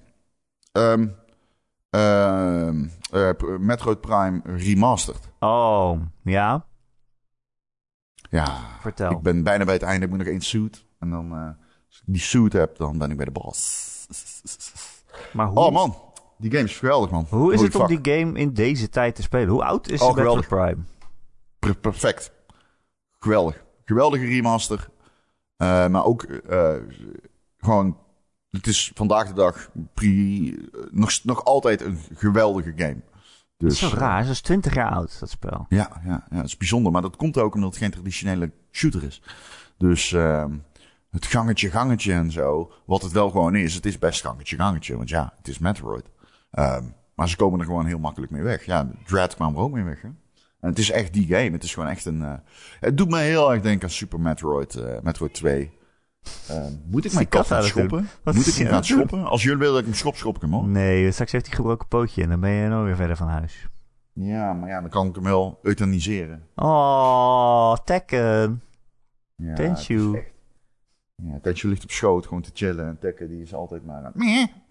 [SPEAKER 2] Metroid Prime Remastered.
[SPEAKER 3] Oh, ja?
[SPEAKER 2] Ja.
[SPEAKER 3] Vertel.
[SPEAKER 2] Ik ben bijna bij het einde. Ik moet nog 1 suit. En dan, als ik die suit heb, dan ben ik bij de boss.
[SPEAKER 3] Maar hoe...
[SPEAKER 2] Oh man, die game is geweldig, man.
[SPEAKER 3] Hoe is het om die game in deze tijd te spelen? Hoe oud is Metroid Prime?
[SPEAKER 2] Perfect. Geweldig. Geweldige remaster. Maar ook gewoon... Het is vandaag de dag nog altijd een geweldige game. Dus,
[SPEAKER 3] dat is zo raar. Het is 20 jaar oud, dat spel.
[SPEAKER 2] Ja, dat is bijzonder. Maar dat komt ook omdat het geen traditionele shooter is. Dus het gangetje en zo. Wat het wel gewoon is. Het is best gangetje. Want ja, het is Metroid. Maar ze komen er gewoon heel makkelijk mee weg. Ja, Dread kwam er ook mee weg, hè. En het is echt die game. Het is gewoon echt een... het doet me heel erg denken aan Super Metroid. Metroid 2. Moet ik mijn kat gaan schoppen? Moet ik hem gaan schoppen? Als jullie willen dat ik hem schop ik hem hoor.
[SPEAKER 3] Nee, straks heeft hij gebroken pootje en dan ben je nog weer verder van huis.
[SPEAKER 2] Ja, maar ja, dan kan ik hem wel euthaniseren.
[SPEAKER 3] Oh, Tekken.
[SPEAKER 2] Ja,
[SPEAKER 3] Tenshu.
[SPEAKER 2] het is echt- Ja, Tenshu ligt op schoot, gewoon te chillen. En Tekken, die is altijd maar aan...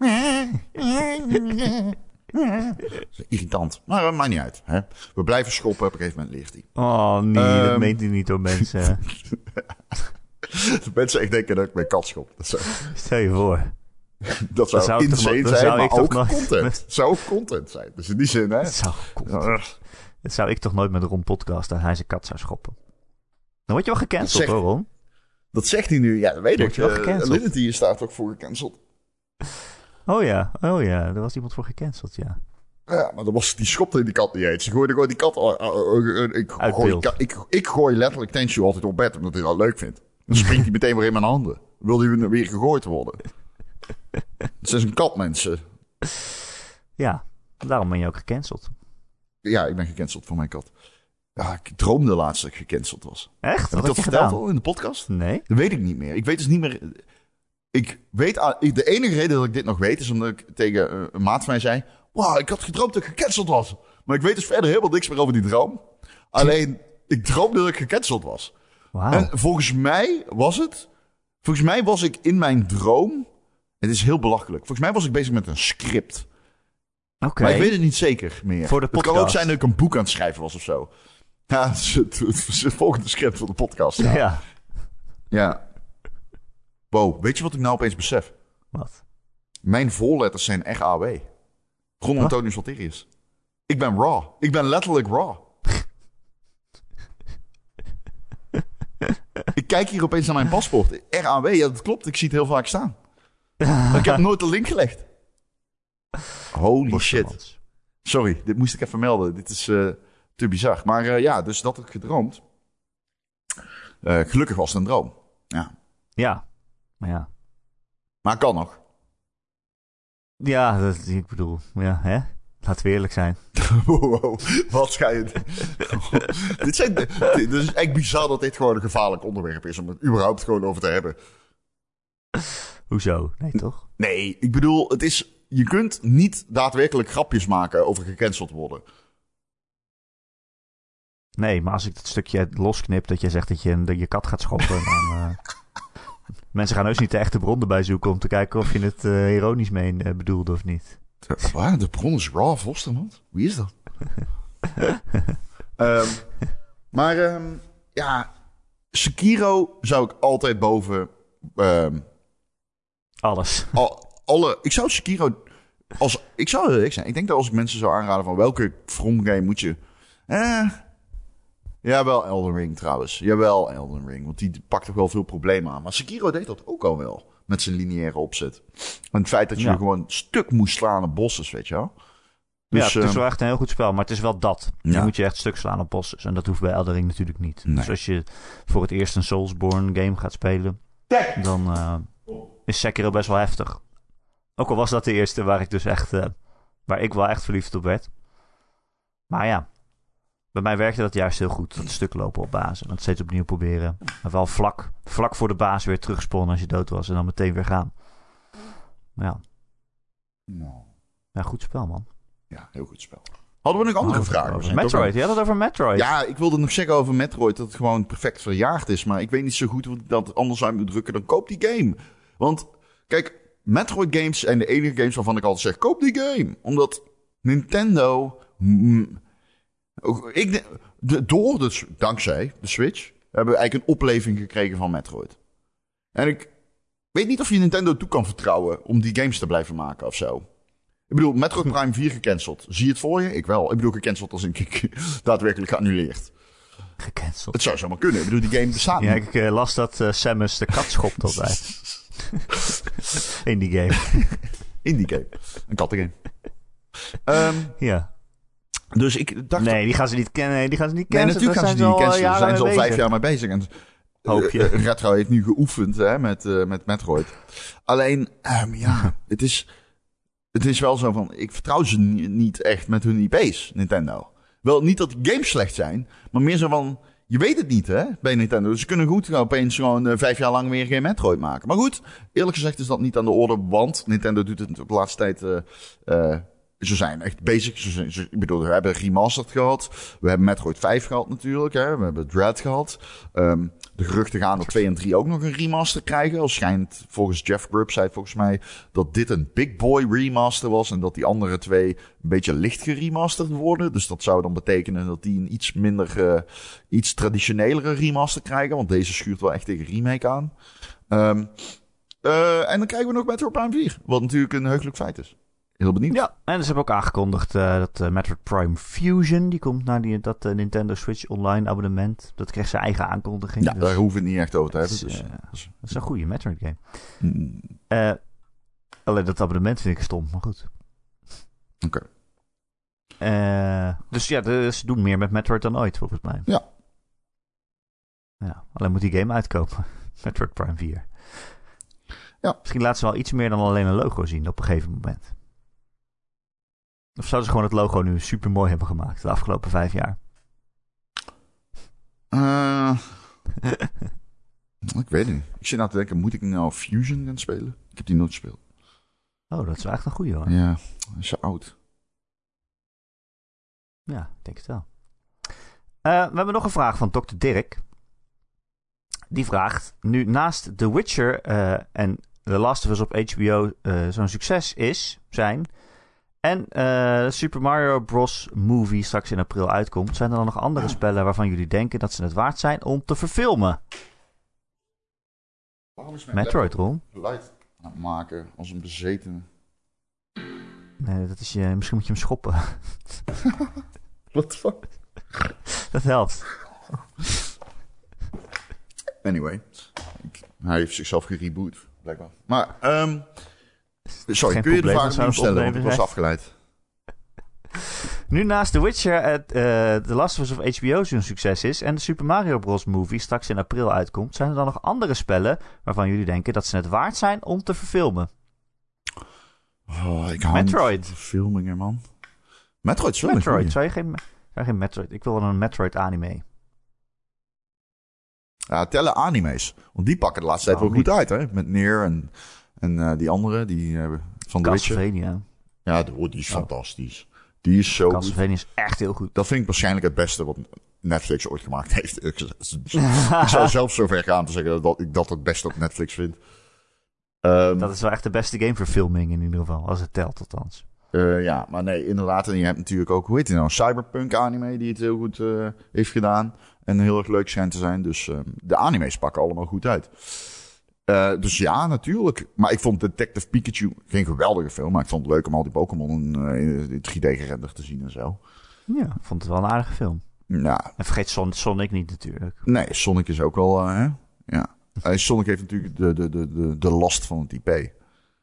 [SPEAKER 2] Dat is irritant. Maar maakt niet uit. Hè? We blijven schoppen, op een gegeven moment leert hij.
[SPEAKER 3] Oh nee, dat meent hij niet door mensen.
[SPEAKER 2] De mensen echt denken dat ik mijn kat schop.
[SPEAKER 3] Stel je voor.
[SPEAKER 2] Dat zou
[SPEAKER 3] zou ik toch
[SPEAKER 2] insane
[SPEAKER 3] nog- dat
[SPEAKER 2] zijn,
[SPEAKER 3] zou
[SPEAKER 2] maar
[SPEAKER 3] ik toch
[SPEAKER 2] ook
[SPEAKER 3] nooit-
[SPEAKER 2] content. Het zou ook content zijn. Dus in die zin, hè.
[SPEAKER 3] Dat zou ik toch nooit met Ron podcasten. Hij zijn kat zou schoppen. Dan word je wel gecanceld
[SPEAKER 2] Dat zegt-
[SPEAKER 3] hoor, Ron.
[SPEAKER 2] Dat zegt hij nu. Ja, dat weet
[SPEAKER 3] Word
[SPEAKER 2] ik.
[SPEAKER 3] je wel gecanceld?
[SPEAKER 2] Alinity is daar toch voor gecanceld.
[SPEAKER 3] Oh ja, er was iemand voor gecanceld, ja.
[SPEAKER 2] Ja, maar die schopte die kat niet eens. Ze gooide gewoon die kat...
[SPEAKER 3] Uit beeld.
[SPEAKER 2] Ik gooi letterlijk Tenshu altijd op bed, omdat hij dat leuk vindt. Dan springt hij meteen weer in mijn handen. Wil hij weer gegooid worden. Het is een kat, mensen.
[SPEAKER 3] Ja, daarom ben je ook gecanceld.
[SPEAKER 2] Ja, ik ben gecanceld voor mijn kat. Ja, ik droomde laatst dat ik gecanceld was.
[SPEAKER 3] Echt?
[SPEAKER 2] Heb ik
[SPEAKER 3] Wat
[SPEAKER 2] dat
[SPEAKER 3] heb je
[SPEAKER 2] verteld
[SPEAKER 3] gedaan?
[SPEAKER 2] al in de podcast?
[SPEAKER 3] Nee?
[SPEAKER 2] Dat weet ik niet meer. Ik weet dus niet meer... De enige reden dat ik dit nog weet is omdat ik tegen een maat van mij zei... Wow, ik had gedroomd dat ik gecanceld was. Maar ik weet dus verder helemaal niks meer over die droom. Alleen, ik droomde dat ik gecanceld was.
[SPEAKER 3] Wauw.
[SPEAKER 2] En volgens mij was ik in mijn droom... Het is heel belachelijk. Volgens mij was ik bezig met een script.
[SPEAKER 3] Oké.
[SPEAKER 2] Maar ik weet het niet zeker meer.
[SPEAKER 3] Voor de
[SPEAKER 2] Het kan ook
[SPEAKER 3] podcast.
[SPEAKER 2] zijn dat ik een boek aan het schrijven was of zo. Ja, het is het volgende script voor de podcast. Ja.
[SPEAKER 3] Ja.
[SPEAKER 2] Ja. Wow, weet je wat ik nou opeens besef?
[SPEAKER 3] Wat?
[SPEAKER 2] Mijn voorletters zijn RAW. Ron Antonius Walterius. Ik ben raw. Ik ben letterlijk raw. Ik kijk hier opeens naar mijn paspoort. RAW, ja dat klopt. Ik zie het heel vaak staan. Maar ik heb nooit de link gelegd. Holy shit.
[SPEAKER 3] Borstelsmans.
[SPEAKER 2] Sorry, dit moest ik even melden. Dit is te bizar. Maar ja, dus dat heb ik gedroomd. Gelukkig was het een droom. Ja.
[SPEAKER 3] Ja. Maar ja.
[SPEAKER 2] Maar het kan nog.
[SPEAKER 3] Ja, ik bedoel, ja, hè? Laten we eerlijk zijn.
[SPEAKER 2] Wow, wat ga je... Dit is echt bizar dat dit gewoon een gevaarlijk onderwerp is om het überhaupt gewoon over te hebben.
[SPEAKER 3] Hoezo? Nee, toch?
[SPEAKER 2] Nee, ik bedoel, je kunt niet daadwerkelijk grapjes maken over gecanceld worden.
[SPEAKER 3] Nee, maar als ik dat stukje losknip dat je zegt dat je kat gaat schoppen, dan... mensen gaan heus niet de echte bron erbij zoeken om te kijken of je het ironisch bedoelde of niet.
[SPEAKER 2] Waar? De bron is Raw Vosterman? Wie is dat? Ja, Sekiro zou ik altijd boven...
[SPEAKER 3] Alles.
[SPEAKER 2] Ik zou Sekiro... Ik zou heel eerlijk zijn. Ik denk dat als ik mensen zou aanraden van welke From game moet je... Jawel, Elden Ring trouwens. Jawel, Elden Ring. Want die pakt toch wel veel problemen aan. Maar Sekiro deed dat ook al wel. Met zijn lineaire opzet. En het feit dat je gewoon stuk moest slaan op bosses, weet je wel. Dus,
[SPEAKER 3] ja, het is wel echt een heel goed spel. Maar het is wel dat.
[SPEAKER 2] Ja.
[SPEAKER 3] Je moet je echt stuk slaan op bosses. En dat hoeft bij Elden Ring natuurlijk niet.
[SPEAKER 2] Nee.
[SPEAKER 3] Dus als je voor het eerst een Soulsborne game gaat spelen... dan is Sekiro best wel heftig. Ook al was dat de eerste waar ik dus echt... waar ik wel echt verliefd op werd. Maar ja... Bij mij werkte dat juist heel goed. Dat stuk lopen op baas. En dat steeds opnieuw proberen. Maar wel vlak voor de baas weer terugspawnen als je dood was. En dan meteen weer gaan. Maar ja.
[SPEAKER 2] Nou,
[SPEAKER 3] Ja, goed spel, man.
[SPEAKER 2] ja, heel goed spel. Hadden we nog andere vragen? We zijn
[SPEAKER 3] Metroid.
[SPEAKER 2] toch
[SPEAKER 3] Je had het over Metroid.
[SPEAKER 2] Ja, ik wilde nog zeggen over Metroid dat het gewoon perfect verjaard is. Maar ik weet niet zo goed hoe ik dat anders uit moet drukken. Dan koop die game. Want, kijk, Metroid games zijn de enige games waarvan ik altijd zeg, koop die game. Omdat Nintendo... dankzij de Switch hebben we eigenlijk een opleving gekregen van Metroid. En ik weet niet of je Nintendo toe kan vertrouwen om die games te blijven maken of zo. Ik bedoel, Metroid Prime 4 gecanceld. Zie je het voor je? Ik wel. Ik bedoel, gecanceld als ik daadwerkelijk geannuleerd.
[SPEAKER 3] Gecanceld.
[SPEAKER 2] Het zou zomaar kunnen. Ik bedoel, die game bestaat
[SPEAKER 3] Ja,
[SPEAKER 2] niet.
[SPEAKER 3] ik las dat Samus de kat schopt altijd. In die game.
[SPEAKER 2] In die game. Een kattengame.
[SPEAKER 3] Ja.
[SPEAKER 2] Dus ik dacht...
[SPEAKER 3] Nee, die gaan ze niet kennen. Die gaan ze niet
[SPEAKER 2] Nee,
[SPEAKER 3] kennen.
[SPEAKER 2] natuurlijk gaan ze die niet cancelen. Daar zijn ze al 5 jaar mee bezig. En,
[SPEAKER 3] Hoop je.
[SPEAKER 2] Retro heeft nu geoefend hè, met Metroid. Alleen, ja, het is wel zo van... Ik vertrouw ze niet echt met hun IP's, Nintendo. Wel, niet dat die games slecht zijn, maar meer zo van... Je weet het niet, hè, bij Nintendo. Dus ze kunnen goed opeens gewoon 5 jaar lang weer geen Metroid maken. Maar goed, eerlijk gezegd is dat niet aan de orde, want Nintendo doet het op de laatste tijd... Ze zijn echt bezig. Ik bedoel, we hebben Remastered gehad. We hebben Metroid 5 gehad natuurlijk. Hè. We hebben Dread gehad. De geruchten gaan dat 2 en 3 ook nog een remaster krijgen. Al schijnt volgens Jeff Grubb, zei volgens mij, dat dit een big boy remaster was. En dat die andere 2 een beetje licht geremasterd worden. Dus dat zou dan betekenen dat die een iets minder, iets traditionelere remaster krijgen. Want deze schuurt wel echt tegen remake aan. En dan krijgen we nog Metroid Prime 4. Wat natuurlijk een heugelijk feit is. Heel benieuwd.
[SPEAKER 3] Ja, en ze hebben ook aangekondigd dat Metroid Prime Fusion, die komt naar dat Nintendo Switch Online abonnement. Dat krijgt zijn eigen aankondiging.
[SPEAKER 2] Ja,
[SPEAKER 3] dus
[SPEAKER 2] daar hoeven we het niet echt over te hebben.
[SPEAKER 3] dat is een goede Metroid game. Alleen dat abonnement vind ik stom, maar goed.
[SPEAKER 2] Oké.
[SPEAKER 3] Dus ja, ze doen meer met Metroid dan ooit, volgens mij.
[SPEAKER 2] Ja.
[SPEAKER 3] Alleen moet die game uitkomen. Metroid Prime 4.
[SPEAKER 2] Ja.
[SPEAKER 3] Misschien laten ze wel iets meer dan alleen een logo zien op een gegeven moment. Of zouden ze gewoon het logo nu super mooi hebben gemaakt de afgelopen 5 jaar?
[SPEAKER 2] Ik weet het niet. Ik zit nou te denken, moet ik nou Fusion gaan spelen? Ik heb die nooit gespeeld.
[SPEAKER 3] Oh, dat is wel echt een goeie hoor.
[SPEAKER 2] Ja, hij is zo oud.
[SPEAKER 3] Ja, ik denk het wel. We hebben nog een vraag van Dr. Dirk. Die vraagt, nu naast The Witcher en The Last of Us op HBO zo'n succes zijn... En Super Mario Bros. Movie straks in april uitkomt... zijn er dan nog andere spellen waarvan jullie denken dat ze het waard zijn om te verfilmen?
[SPEAKER 2] Waarom is mijn
[SPEAKER 3] Metroid, Ron?
[SPEAKER 2] geluid aan het maken als een bezetene?
[SPEAKER 3] Nee, dat is misschien moet je hem schoppen.
[SPEAKER 2] What the fuck?
[SPEAKER 3] Dat helpt.
[SPEAKER 2] Anyway. Hij heeft zichzelf gereboot, blijkbaar. Maar, sorry,
[SPEAKER 3] Geen
[SPEAKER 2] kun je de
[SPEAKER 3] probleem,
[SPEAKER 2] vraag
[SPEAKER 3] dat zou
[SPEAKER 2] opnieuw
[SPEAKER 3] het
[SPEAKER 2] stellen? Want ik
[SPEAKER 3] opnemen
[SPEAKER 2] was
[SPEAKER 3] zijn.
[SPEAKER 2] afgeleid.
[SPEAKER 3] Nu naast The Witcher The Last of Us of HBO zo'n succes is... en de Super Mario Bros. Movie straks in april uitkomt... zijn er dan nog andere spellen waarvan jullie denken dat ze het waard zijn om te verfilmen?
[SPEAKER 2] Oh, ik hou
[SPEAKER 3] Metroid.
[SPEAKER 2] niet van verfilmingen, man. Metroid is wel een goeie.
[SPEAKER 3] Zou je geen Metroid... Ik wil wel een Metroid anime.
[SPEAKER 2] Ja, tellen anime's. Want die pakken de laatste tijd wel
[SPEAKER 3] niet.
[SPEAKER 2] goed uit, hè? Met Nier en die andere, die van The Witcher.
[SPEAKER 3] Castlevania.
[SPEAKER 2] Ja, die is fantastisch. Die is zo goed.
[SPEAKER 3] Castlevania is echt heel goed.
[SPEAKER 2] Dat vind ik waarschijnlijk het beste wat Netflix ooit gemaakt heeft. Ik zou zelf zo ver gaan te zeggen dat ik dat het beste op Netflix vind.
[SPEAKER 3] Dat is wel echt de beste gameverfilming in ieder geval. Als het telt althans.
[SPEAKER 2] Ja, maar nee, inderdaad. En je hebt natuurlijk ook, hoe heet die nou? Cyberpunk anime die het heel goed heeft gedaan. En heel erg leuk schijnt te zijn. Dus de anime's pakken allemaal goed uit. Dus ja, natuurlijk. Maar ik vond Detective Pikachu geen geweldige film. Maar ik vond het leuk om al die Pokémon in 3D gerenderd te zien en zo.
[SPEAKER 3] Ja, ik vond het wel een aardige film.
[SPEAKER 2] Ja.
[SPEAKER 3] En vergeet Sonic niet natuurlijk.
[SPEAKER 2] Nee, Sonic is ook wel, hè? Ja. Sonic heeft natuurlijk de last van het IP.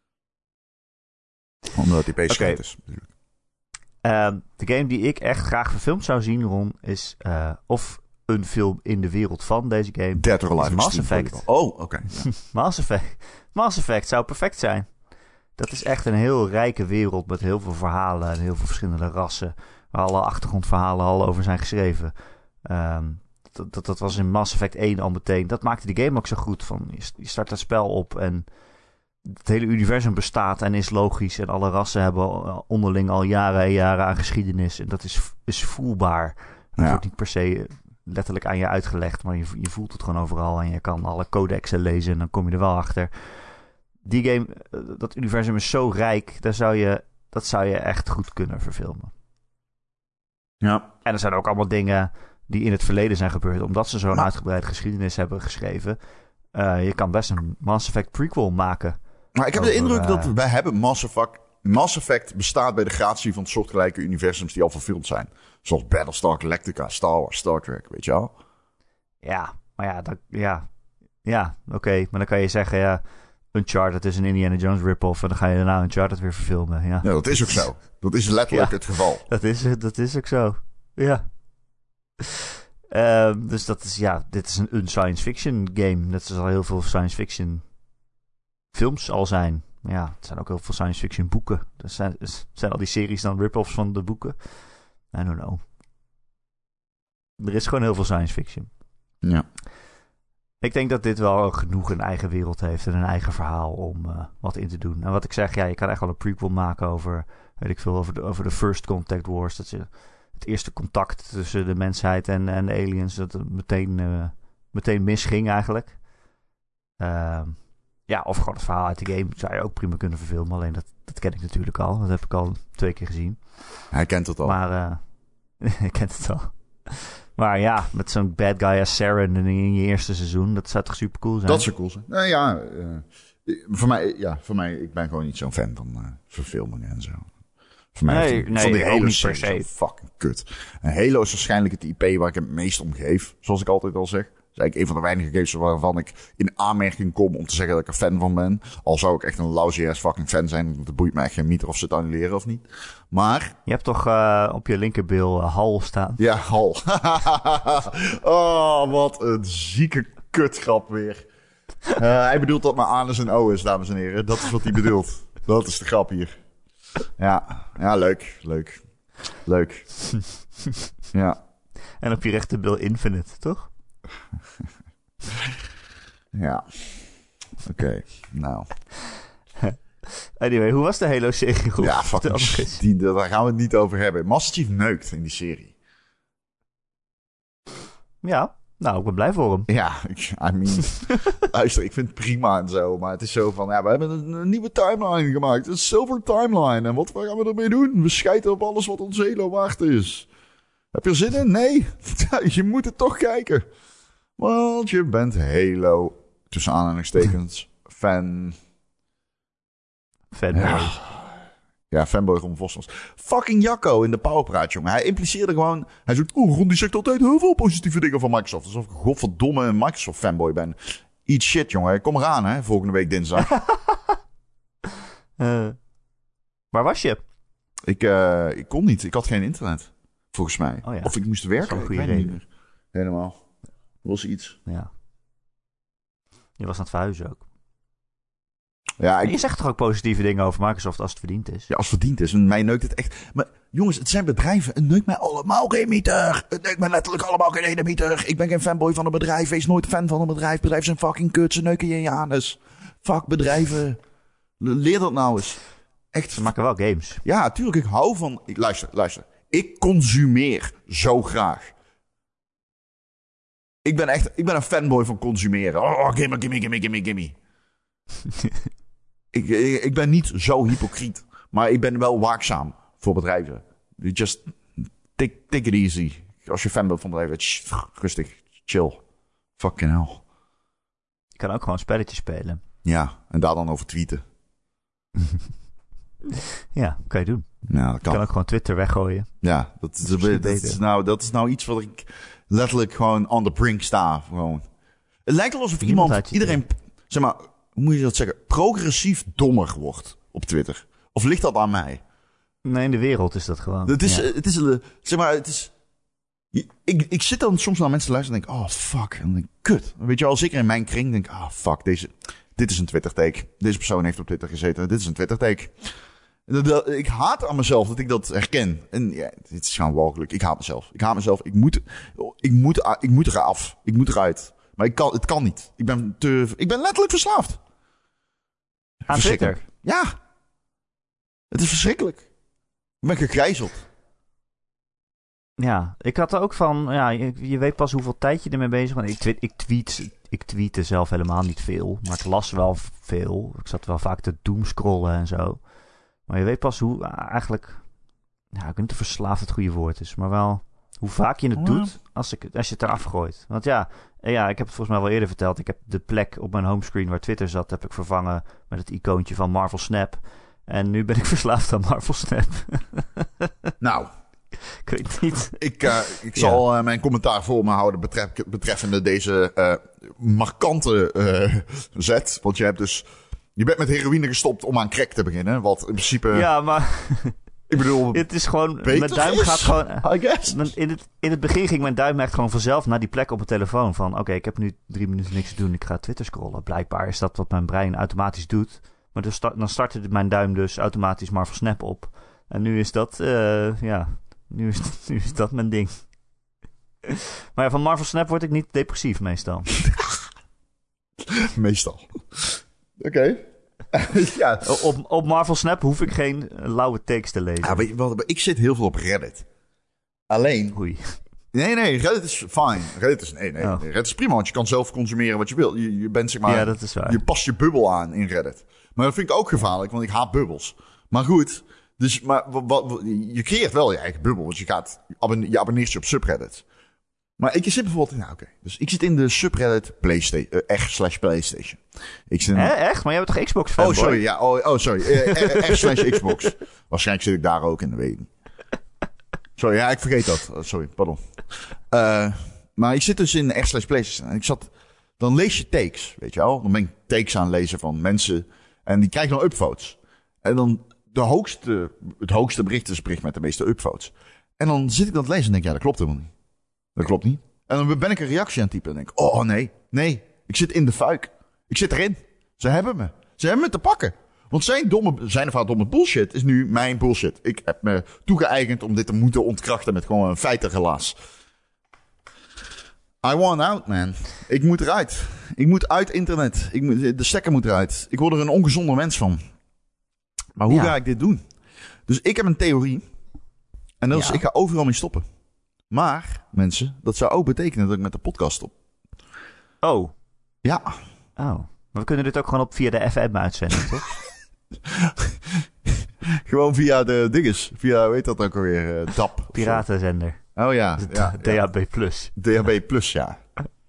[SPEAKER 2] Omdat het IP schijnt is. Natuurlijk.
[SPEAKER 3] De game die ik echt graag verfilmd zou zien, Ron, is of een film in de wereld van deze game.
[SPEAKER 2] Dead or Alive.
[SPEAKER 3] Mass Effect.
[SPEAKER 2] Oh, oké. Ja.
[SPEAKER 3] Mass Effect zou perfect zijn. Dat is echt een heel rijke wereld met heel veel verhalen en heel veel verschillende rassen. Waar alle achtergrondverhalen al over zijn geschreven. Dat was in Mass Effect 1 al meteen. Dat maakte die game ook zo goed. Van, je start dat spel op en het hele universum bestaat en is logisch. En alle rassen hebben onderling al jaren en jaren aan geschiedenis. En dat is voelbaar. Dat wordt niet per se letterlijk aan je uitgelegd. Maar je voelt het gewoon overal. En je kan alle codexen lezen en dan kom je er wel achter. Die game, dat universum is zo rijk. Dat zou je echt goed kunnen verfilmen.
[SPEAKER 2] Ja.
[SPEAKER 3] En er zijn ook allemaal dingen die in het verleden zijn gebeurd. Omdat ze zo'n uitgebreid geschiedenis hebben geschreven. Je kan best een Mass Effect prequel maken.
[SPEAKER 2] Maar ik heb de indruk dat wij hebben Mass Effect bestaat bij de gratie van soortgelijke universums die al verfilmd zijn. Zoals Battlestar Galactica, Star Wars, Star Trek, weet je wel?
[SPEAKER 3] Ja, maar oké. Maar dan kan je zeggen, ja, Uncharted is een Indiana Jones rip-off en dan ga je daarna Uncharted weer verfilmen. Ja,
[SPEAKER 2] dat is ook zo. Dat is letterlijk het geval.
[SPEAKER 3] Dat is ook zo. Ja. Dus dat is, dit is een science fiction game. Net zoals al heel veel science fiction films al zijn. Ja, het zijn ook heel veel science fiction boeken. Zijn al die series dan rip-offs van de boeken? I don't know. Er is gewoon heel veel science fiction.
[SPEAKER 2] Ja.
[SPEAKER 3] Ik denk dat dit wel genoeg een eigen wereld heeft en een eigen verhaal om wat in te doen. En wat ik zeg, je kan echt wel een prequel maken over weet ik veel, over de First Contact Wars. Dat ze het eerste contact tussen de mensheid en de aliens, dat het meteen misging eigenlijk. Of gewoon het verhaal uit de game zou je ook prima kunnen verfilmen. Alleen dat ken ik natuurlijk al. Dat heb ik al 2 keer gezien.
[SPEAKER 2] Hij kent het al.
[SPEAKER 3] Maar hij kent het al. Maar ja, met zo'n bad guy als Saren in je eerste seizoen, dat zou toch super cool zijn?
[SPEAKER 2] Dat zou cool zijn. Nou ja, voor mij, ik ben gewoon niet zo'n fan van verfilmingen en zo. Voor mij
[SPEAKER 3] nee,
[SPEAKER 2] die
[SPEAKER 3] ook niet
[SPEAKER 2] Halo
[SPEAKER 3] per se.
[SPEAKER 2] fucking kut. En Halo is waarschijnlijk het IP waar ik het meest om geef, zoals ik altijd al zeg. Dat is eigenlijk een van de weinige games waarvan ik in aanmerking kom om te zeggen dat ik er fan van ben. Al zou ik echt een lousy ass fucking fan zijn. Want het boeit me echt geen meter of ze het annuleren of niet. Maar...
[SPEAKER 3] Je hebt toch op je linkerbil Hal staan?
[SPEAKER 2] Ja, Hal. Oh, wat een zieke kutgrap weer. Hij bedoelt dat mijn anus een O is, dames en heren. Dat is wat hij bedoelt. Dat is de grap hier. Ja, leuk. Ja.
[SPEAKER 3] En op je rechterbil Infinite, toch?
[SPEAKER 2] Ja. Oké, nou.
[SPEAKER 3] Anyway, hoe was de Halo-serie?
[SPEAKER 2] Ja, fucking daar gaan we het niet over hebben. Master Chief neukt in die serie.
[SPEAKER 3] Ja, nou, ik ben blij voor hem.
[SPEAKER 2] Ja, luister, ik vind het prima en zo. Maar het is zo van, we hebben een nieuwe timeline gemaakt. Een silver timeline. En wat gaan we ermee doen? We schijten op alles wat ons Halo waard is. Heb je er zin in? Nee. Je moet het toch kijken. Want je bent Halo, tussen aanhalingstekens, fan.
[SPEAKER 3] Fanboy.
[SPEAKER 2] Ja, fanboy Ron Vossels. Fucking Jacco in de Powerpraat, jongen. Hij impliceerde gewoon... Hij zegt, Ron die zegt altijd heel veel positieve dingen van Microsoft. Alsof ik godverdomme een Microsoft fanboy ben. Eat shit, jongen. Kom eraan, hè. Volgende week dinsdag.
[SPEAKER 3] Waar was je?
[SPEAKER 2] Ik kon niet. Ik had geen internet. Volgens mij.
[SPEAKER 3] Oh ja.
[SPEAKER 2] Of ik moest werken.
[SPEAKER 3] Ik weet
[SPEAKER 2] het niet meer. Helemaal. Was iets.
[SPEAKER 3] Ja. Je was aan het verhuizen ook.
[SPEAKER 2] Ja,
[SPEAKER 3] je zegt toch ook positieve dingen over Microsoft als het verdiend is?
[SPEAKER 2] Ja, als het verdiend is. En mij neukt het echt. Maar jongens, het zijn bedrijven. Het neukt mij allemaal geen meter. Het neukt mij letterlijk allemaal geen ene meter. Ik ben geen fanboy van een bedrijf. Wees nooit fan van een bedrijf. Bedrijven zijn fucking kut. Ze neuken je in je anus. Fuck bedrijven. Leer dat nou eens. Echt.
[SPEAKER 3] Ze maken wel games.
[SPEAKER 2] Ja, tuurlijk. Ik hou van... Luister. Ik consumeer zo graag. Ik ben een fanboy van consumeren. Oh, gimme. Ik ben niet zo hypocriet. Maar ik ben wel waakzaam voor bedrijven. Just take it easy. Als je fan bent van bedrijven, rustig, chill. Fucking hell.
[SPEAKER 3] Je kan ook gewoon spelletjes spelen.
[SPEAKER 2] Ja, en daar dan over tweeten.
[SPEAKER 3] Ja, kan je doen.
[SPEAKER 2] Ja, dat kan.
[SPEAKER 3] Je kan ook gewoon Twitter weggooien.
[SPEAKER 2] Ja, dat is nou iets wat ik letterlijk gewoon on the brink sta. Gewoon. Het lijkt wel alsof iedereen, zeg maar, hoe moet je dat zeggen, progressief dommer wordt op Twitter. Of ligt dat aan mij?
[SPEAKER 3] Nee, in de wereld is dat gewoon.
[SPEAKER 2] Ik zit dan soms naar mensen te luisteren en denk, oh fuck. En dan denk ik, kut. Weet je wel, zeker in mijn kring denk ik, ah fuck, dit is een Twitter-take. Deze persoon heeft op Twitter gezeten, dit is een Twitter-take. Ik haat aan mezelf dat ik dat herken. En ja, dit is gewoon walgelijk. Ik haat mezelf. Ik moet eraf. Ik moet eruit. Maar het kan niet. Ik ben letterlijk verslaafd.
[SPEAKER 3] Aan Twitter?
[SPEAKER 2] Ja. Het is verschrikkelijk. Ik ben gegijzeld.
[SPEAKER 3] Ja, ik had er ook van... Ja, je weet pas hoeveel tijd je ermee bezig bent. Ik tweette zelf helemaal niet veel. Maar ik las wel veel. Ik zat wel vaak te doomscrollen en zo. Maar je weet pas hoe eigenlijk... Ja, ik weet niet of verslaafd het goede woord is. Maar wel hoe vaak je het doet als je het eraf gooit. Want ja, ik heb het volgens mij wel eerder verteld. Ik heb de plek op mijn homescreen waar Twitter zat... heb ik vervangen met het icoontje van Marvel Snap. En nu ben ik verslaafd aan Marvel Snap.
[SPEAKER 2] Nou...
[SPEAKER 3] Ik weet niet.
[SPEAKER 2] Ik zal mijn commentaar voor me houden betreffende deze markante zet. Want je bent met heroïne gestopt om aan crack te beginnen. Wat in principe...
[SPEAKER 3] Ja, maar...
[SPEAKER 2] Ik bedoel...
[SPEAKER 3] Het is gewoon... Mijn duim gaat gewoon...
[SPEAKER 2] I guess.
[SPEAKER 3] In het begin ging mijn duim echt gewoon vanzelf naar die plek op mijn telefoon. Van oké, ik heb nu 3 minuten niks te doen. Ik ga Twitter scrollen. Blijkbaar is dat wat mijn brein automatisch doet. Maar dan startte mijn duim dus automatisch Marvel Snap op. En nu is dat... Nu is dat mijn ding. Maar ja, van Marvel Snap word ik niet depressief meestal.
[SPEAKER 2] Meestal. Oké. Ja.
[SPEAKER 3] Op Marvel Snap hoef ik geen lauwe takes te lezen.
[SPEAKER 2] Ja, weet je wat, ik zit heel veel op Reddit. Alleen...
[SPEAKER 3] Oei.
[SPEAKER 2] Nee, Reddit is fine.
[SPEAKER 3] Oh.
[SPEAKER 2] Reddit is prima, want je kan zelf consumeren wat je wil. Je bent zeg maar...
[SPEAKER 3] Ja, dat is waar.
[SPEAKER 2] Je past je bubbel aan in Reddit. Maar dat vind ik ook gevaarlijk, want ik haat bubbels. Maar goed, dus, maar je creëert wel je eigen bubbel. Want je abonneert je op subreddit. Maar ik zit bijvoorbeeld... Nou, oké. Dus ik zit in de subreddit /PlayStation. Ik zit in...
[SPEAKER 3] Echt? Maar jij bent toch Xbox fan?
[SPEAKER 2] Oh, sorry. Ja, sorry. /Xbox. Waarschijnlijk zit ik daar ook in de week. Sorry, ja, ik vergeet dat. Sorry, pardon. Maar ik zit dus in /PlayStation. En dan lees je takes, weet je wel. Dan ben ik takes aan het lezen van mensen. En die krijgen dan upvotes. En dan het hoogste bericht is het bericht met de meeste upvotes. En dan zit ik dat te lezen en denk, ja, dat klopt helemaal niet. Dat klopt niet. En dan ben ik een reactie aan het typen en denk, oh nee, ik zit in de fuik. Ik zit erin. Ze hebben me te pakken. Want zijn of haar domme bullshit is nu mijn bullshit. Ik heb me toegeëigend om dit te moeten ontkrachten met gewoon een feitengelaas. I want out, man. Ik moet eruit. Ik moet uit internet. De stekker moet eruit. Ik word er een ongezonder mens van. Maar hoe ga ik dit doen? Dus ik heb een theorie. En dat is, ik ga overal mee stoppen. Maar, mensen, dat zou ook betekenen dat ik met de podcast stop.
[SPEAKER 3] Oh.
[SPEAKER 2] Ja.
[SPEAKER 3] Oh. Maar we kunnen dit ook gewoon via de FM uitzenden, toch?
[SPEAKER 2] Gewoon via de dinges. Via, hoe heet dat ook alweer? DAP.
[SPEAKER 3] Piratenzender.
[SPEAKER 2] Oh ja.
[SPEAKER 3] DAB+.
[SPEAKER 2] DAB+, ja.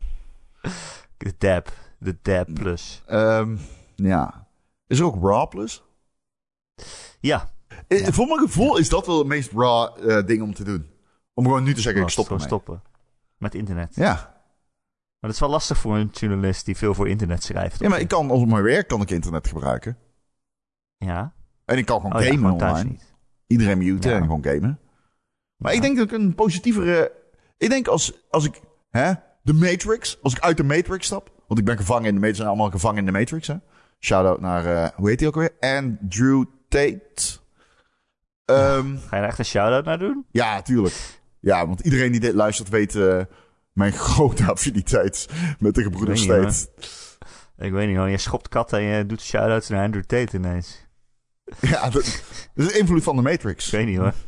[SPEAKER 3] De DAB+.
[SPEAKER 2] Ja. Is er ook RAW+?
[SPEAKER 3] Ja.
[SPEAKER 2] Voor mijn gevoel is dat wel het meest raw ding om te doen. Om gewoon nu te zeggen, ik stop ermee.
[SPEAKER 3] Stoppen. Met internet.
[SPEAKER 2] Ja.
[SPEAKER 3] Maar dat is wel lastig voor een journalist die veel voor internet schrijft.
[SPEAKER 2] Ja, maar ik kan, als mijn werk kan ik internet gebruiken.
[SPEAKER 3] Ja.
[SPEAKER 2] En ik kan gewoon gamen online. Iedereen muten en gewoon gamen. Maar ik denk dat ik een positievere... Ik denk als ik... de Matrix. Als ik uit de Matrix stap. Want ik ben gevangen in de Matrix. Zijn allemaal gevangen in de Matrix, hè. Shout-out naar... hoe heet hij ook weer? Andrew Tate.
[SPEAKER 3] Ga je daar echt een shout-out naar doen?
[SPEAKER 2] Ja, tuurlijk. Ja, want iedereen die dit luistert weet... mijn grote affiniteit met de gebroeders Tate.
[SPEAKER 3] Ik weet niet, hoor. Je schopt katten en je doet shout-outs naar Andrew Tate ineens.
[SPEAKER 2] Ja, dat is de invloed van de Matrix.
[SPEAKER 3] Ik weet niet, hoor.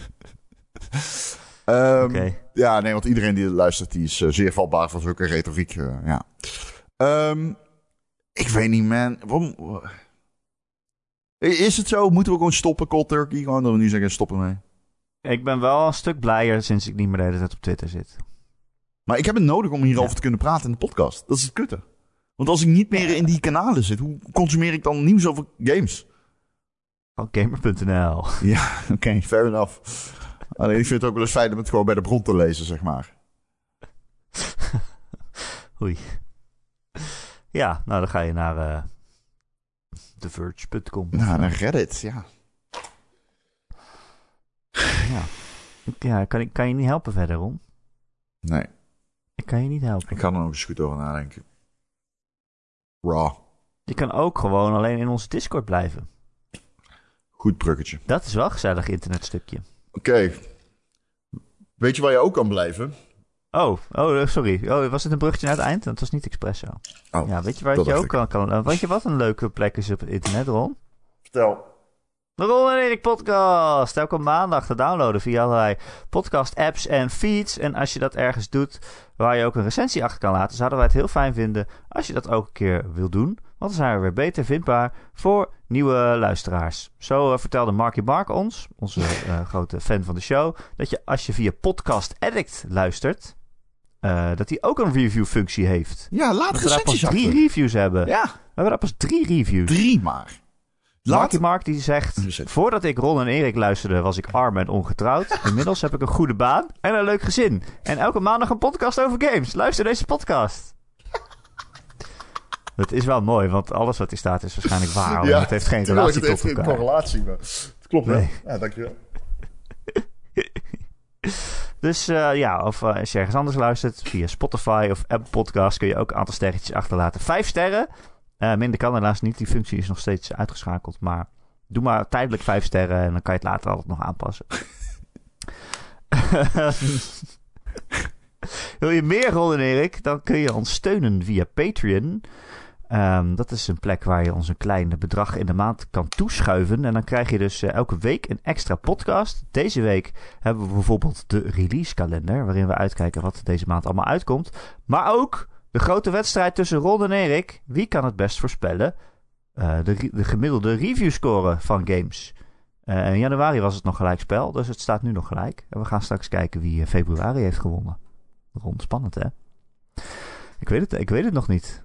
[SPEAKER 2] Okay. Ja, nee, want iedereen die luistert, die is zeer vatbaar voor zulke retoriek. Ja. Ik weet niet, man. Is het zo? Moeten we gewoon stoppen, cold turkey? Gewoon dat we nu zeggen, stoppen mee.
[SPEAKER 3] Ik ben wel een stuk blijer sinds ik niet meer de hele tijd op Twitter zit.
[SPEAKER 2] Maar ik heb het nodig om hierover te kunnen praten in de podcast. Dat is het kutte. Want als ik niet meer in die kanalen zit, hoe consumeer ik dan nieuws over games?
[SPEAKER 3] Van Gamer.nl.
[SPEAKER 2] Ja, oké, fair enough. Alleen ik vind het ook wel eens fijn om het gewoon bij de bron te lezen, zeg maar.
[SPEAKER 3] Oei. Ja, nou dan ga je naar TheVerge.com.
[SPEAKER 2] Nou, naar Reddit, ja.
[SPEAKER 3] Ja, kan je niet helpen verder, Ron?
[SPEAKER 2] Nee.
[SPEAKER 3] Ik kan je niet helpen.
[SPEAKER 2] Ik ga er nog eens goed over nadenken. Raw.
[SPEAKER 3] Je kan ook gewoon alleen in onze Discord blijven.
[SPEAKER 2] Goed bruggetje.
[SPEAKER 3] Dat is wel een gezellig internetstukje.
[SPEAKER 2] Oké. Weet je waar je ook kan blijven?
[SPEAKER 3] Oh, sorry. Oh, was het een bruggetje naar het eind? Dat was niet Expresso.
[SPEAKER 2] Oh,
[SPEAKER 3] ja, weet je waar je ook kan... Weet je wat een leuke plek is op het internet, Ron?
[SPEAKER 2] Vertel.
[SPEAKER 3] De Ron en Erik podcast. Elke maandag te downloaden via allerlei podcast apps en feeds. En als je dat ergens doet waar je ook een recensie achter kan laten, zouden wij het heel fijn vinden als je dat ook een keer wil doen. Want dan zijn we weer beter vindbaar voor nieuwe luisteraars. Zo vertelde Marky Mark ons, onze grote fan van de show, dat je als je via Podcast Addict luistert, dat hij ook een review functie heeft.
[SPEAKER 2] Ja, laat recensies achter.
[SPEAKER 3] 3 reviews hebben.
[SPEAKER 2] Ja.
[SPEAKER 3] We hebben daar pas 3 reviews.
[SPEAKER 2] 3 maar.
[SPEAKER 3] Marky Mark die zegt, voordat ik Ron en Erik luisterde was ik arm en ongetrouwd. Inmiddels heb ik een goede baan en een leuk gezin. En elke maandag een podcast over games. Luister deze podcast. Dat is wel mooi, want alles wat hier staat is waarschijnlijk waar. Ja, het heeft geen relatie tot elkaar. Het heeft geen
[SPEAKER 2] correlatie, maar het klopt wel. Ja, dankjewel.
[SPEAKER 3] Dus of als je ergens anders luistert, via Spotify of Apple Podcasts kun je ook een aantal sterretjes achterlaten. 5 sterren. Minder kan helaas niet. Die functie is nog steeds uitgeschakeld. Maar doe maar tijdelijk 5 sterren en dan kan je het later altijd nog aanpassen. Wil je meer, Ron en Erik? Dan kun je ons steunen via Patreon. Dat is een plek waar je ons een klein bedrag in de maand kan toeschuiven. En dan krijg je dus elke week een extra podcast. Deze week hebben we bijvoorbeeld de releasekalender, waarin we uitkijken wat deze maand allemaal uitkomt. Maar ook de grote wedstrijd tussen Ron en Erik. Wie kan het best voorspellen? De gemiddelde reviewscore van games. In januari was het nog gelijkspel, dus het staat nu nog gelijk. En we gaan straks kijken wie februari heeft gewonnen. Ron, spannend hè? Ik weet het nog niet.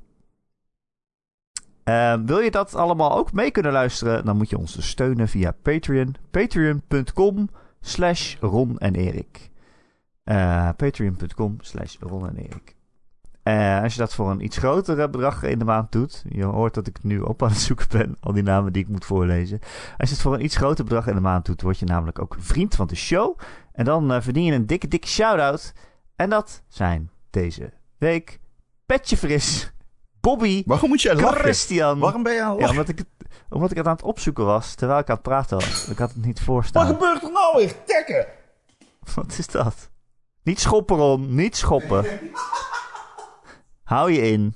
[SPEAKER 3] Wil je dat allemaal ook mee kunnen luisteren? Dan moet je ons dus steunen via Patreon. Patreon.com/Ron en Erik. Patreon.com/Ron en Erik. Als je dat voor een iets grotere bedrag in de maand doet. Je hoort dat ik nu op aan het zoeken ben. Al die namen die ik moet voorlezen. Als je het voor een iets groter bedrag in de maand doet. Word je namelijk ook vriend van de show. En dan verdien je een dikke shout-out. En dat zijn deze week Petje Fris, Bobby,
[SPEAKER 2] Waarom moet jij lachen?
[SPEAKER 3] Christian.
[SPEAKER 2] Waarom ben je aan het
[SPEAKER 3] Ja,
[SPEAKER 2] lachen?
[SPEAKER 3] omdat ik het aan het opzoeken was. Terwijl ik aan het praten was. Ik had het niet voorstaan.
[SPEAKER 2] Wat gebeurt er nou weer? Tekken!
[SPEAKER 3] Wat is dat? Niet schoppen, Ron. Niet schoppen. Hou je in.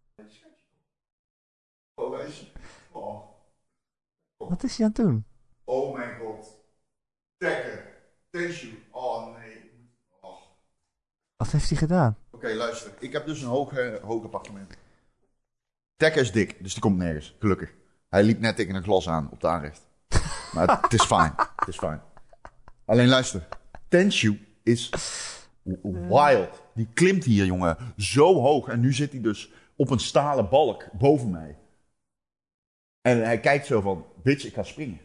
[SPEAKER 3] Wat is hij aan het doen?
[SPEAKER 2] Oh mijn god. Tekken. Tissue. Oh nee. Oh.
[SPEAKER 3] Wat heeft hij gedaan?
[SPEAKER 2] Oké, luister. Ik heb dus een hoog appartement. Tekken is dik, dus die komt nergens. Gelukkig. Hij liep net tegen een glas aan op de aanrecht. Maar het is fijn. Het is fijn. Alleen luister. Tenshu is wild. Die klimt hier, jongen. Zo hoog. En nu zit hij dus op een stalen balk boven mij. En hij kijkt zo van, bitch, ik ga springen.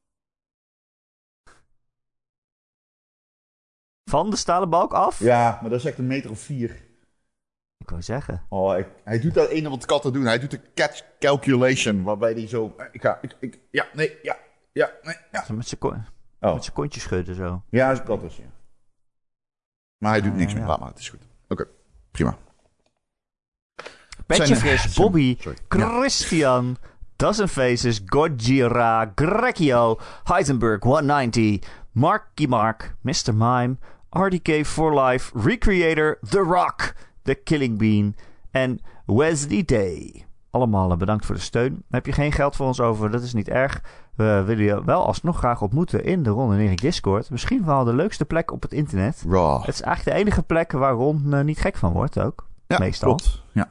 [SPEAKER 3] Van de stalen balk af?
[SPEAKER 2] Ja, maar dat is echt 1,4 meter.
[SPEAKER 3] Ik wou zeggen.
[SPEAKER 2] Oh, hij doet dat ene wat katten doen. Hij doet de catch calculation, waarbij hij zo... Ja.
[SPEAKER 3] Zo met zijn kontje schudden zo.
[SPEAKER 2] Ja, dat is ja. Maar hij doet niks meer. Laat maar, het is goed. Oké, prima.
[SPEAKER 3] Petje Fris, Bobby,
[SPEAKER 2] Sorry.
[SPEAKER 3] Christian, Dozen Faces, Gojira, Grekio, Heisenberg 190, Marky Mark, Mr. Mime, RDK for Life, Recreator, The Rock, The Killing Bean en Wesley Day. Allemaal bedankt voor de steun. Heb je geen geld voor ons over, dat is niet erg. We willen je wel alsnog graag ontmoeten in de Ron en Erik Discord. Misschien wel de leukste plek op het internet.
[SPEAKER 2] Raw.
[SPEAKER 3] Het is eigenlijk de enige plek waar Ron niet gek van wordt ook.
[SPEAKER 2] Ja,
[SPEAKER 3] meestal.
[SPEAKER 2] klopt. Ja.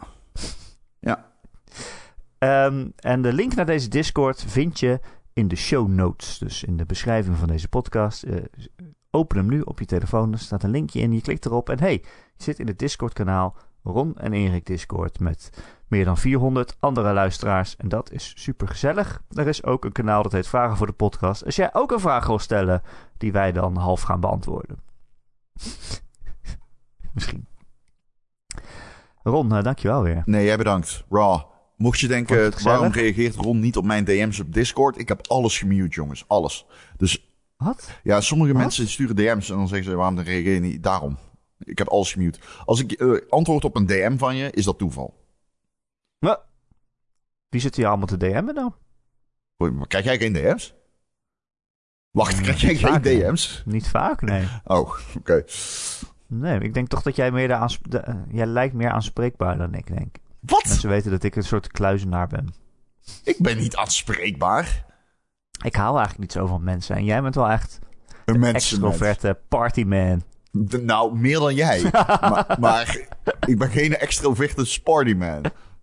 [SPEAKER 3] En de link naar deze Discord vind je in de show notes. Dus in de beschrijving van deze podcast. Open hem nu op je telefoon. Er staat een linkje in. Je klikt erop. En hey, je zit in het Discord kanaal. Ron en Erik Discord. Met meer dan 400 andere luisteraars. En dat is super gezellig. Er is ook een kanaal dat heet Vragen voor de Podcast. Als jij ook een vraag wil stellen. Die wij dan half gaan beantwoorden. Misschien. Ron, dankjewel weer.
[SPEAKER 2] Nee, jij bedankt. Raw. Mocht je denken, waarom reageert Ron niet op mijn DM's op Discord? Ik heb alles gemute, jongens. Alles. Dus
[SPEAKER 3] Wat?
[SPEAKER 2] ja, sommige mensen sturen DM's en dan zeggen ze, waarom reageer je niet? Daarom. Ik heb alles gemute. Als ik antwoord op een DM van je, is dat toeval.
[SPEAKER 3] Wie zit hier allemaal te DM'en dan?
[SPEAKER 2] Krijg jij geen DM's? Wacht, krijg jij geen DM's?
[SPEAKER 3] Niet vaak, nee.
[SPEAKER 2] Oh, oké.
[SPEAKER 3] Nee, ik denk toch dat jij meer jij lijkt meer aanspreekbaar dan ik denk.
[SPEAKER 2] Wat?
[SPEAKER 3] Mensen weten dat ik een soort kluizenaar ben.
[SPEAKER 2] Ik ben niet aanspreekbaar.
[SPEAKER 3] Ik hou eigenlijk niet zo van mensen. En jij bent wel echt
[SPEAKER 2] Een
[SPEAKER 3] extroverte partyman.
[SPEAKER 2] Nou, meer dan jij. maar ik ben geen extroverte partyman.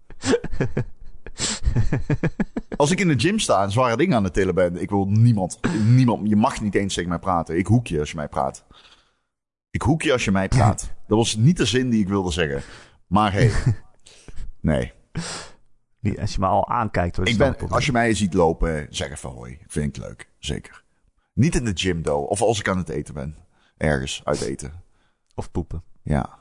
[SPEAKER 2] Als ik in de gym sta en zware dingen aan het tillen ben, ik wil niemand. Je mag niet eens tegen mij praten. Ik hoek je als je mij praat. Ik hoek je als je mij praat. Dat was niet de zin die ik wilde zeggen. Maar hey. Nee.
[SPEAKER 3] Als je me al aankijkt.
[SPEAKER 2] Als je mij ziet lopen, zeg even hoi. Vind ik leuk. Zeker. Niet in de gym, though. Of als ik aan het eten ben. Ergens uit eten.
[SPEAKER 3] Of poepen.
[SPEAKER 2] Ja.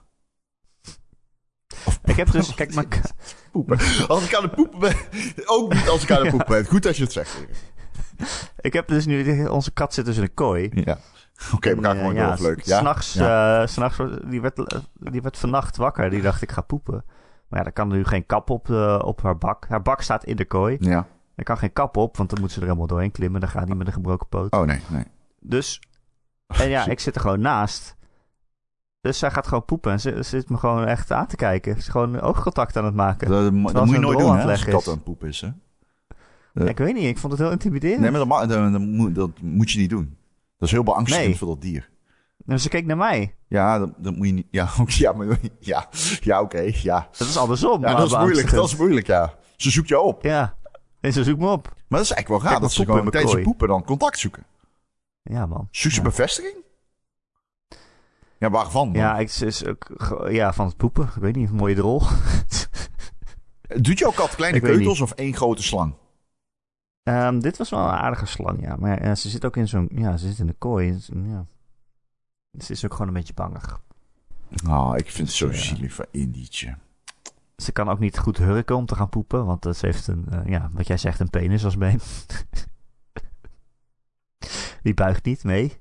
[SPEAKER 3] Ik heb dus... Kijk, maar...
[SPEAKER 2] Poepen. Als ik aan het poepen ben... Ook niet als ik aan het poepen ben. Goed als je het zegt.
[SPEAKER 3] Ik heb dus nu... Onze kat zit dus in een kooi.
[SPEAKER 2] Ja. Oké, we gaan gewoon door. Leuk. Ja?
[SPEAKER 3] S'nachts... Die werd vannacht wakker. Die dacht, ik ga poepen. Maar ja, er kan nu geen kap op haar bak. Haar bak staat in de kooi.
[SPEAKER 2] Ja.
[SPEAKER 3] Er kan geen kap op, want dan moet ze er helemaal doorheen klimmen. Dan gaat hij met een gebroken poot.
[SPEAKER 2] Oh, nee.
[SPEAKER 3] Dus... En ja, ik zit er gewoon naast. Dus zij gaat gewoon poepen en ze zit me gewoon echt aan te kijken. Ze is gewoon oogcontact aan het maken.
[SPEAKER 2] Dat moet je nooit doen, hè, als een kat aan het poepen is, hè?
[SPEAKER 3] Ik weet niet, ik vond het heel intimiderend.
[SPEAKER 2] Nee, maar dat moet je niet doen. Dat is heel beangstigend voor dat dier.
[SPEAKER 3] Nou, ze keek naar mij.
[SPEAKER 2] Ja, dat moet je niet... Ja, oké, ja.
[SPEAKER 3] Dat is andersom.
[SPEAKER 2] Ja, dat is moeilijk, ja. Ze zoekt je op.
[SPEAKER 3] Ja, en ze zoekt me op.
[SPEAKER 2] Maar dat is eigenlijk wel raar, dat ze gewoon tijdens het poepen dan contact zoeken.
[SPEAKER 3] Ja, man.
[SPEAKER 2] Zoekt ze bevestiging? Ja, waarvan dan?
[SPEAKER 3] Ja, is ook, van het poepen. Ik weet niet, een mooie drol.
[SPEAKER 2] Doet jouw kat kleine keutels of één grote slang?
[SPEAKER 3] Dit was wel een aardige slang, ja. Maar ze zit ook in zo'n... Ja, ze zit in de kooi. Ja. Ze is ook gewoon een beetje bangig.
[SPEAKER 2] Ik vind het zo zielig van Indietje.
[SPEAKER 3] Ze kan ook niet goed hurken om te gaan poepen. Want ze heeft wat jij zegt, een penis als been. Die buigt niet mee.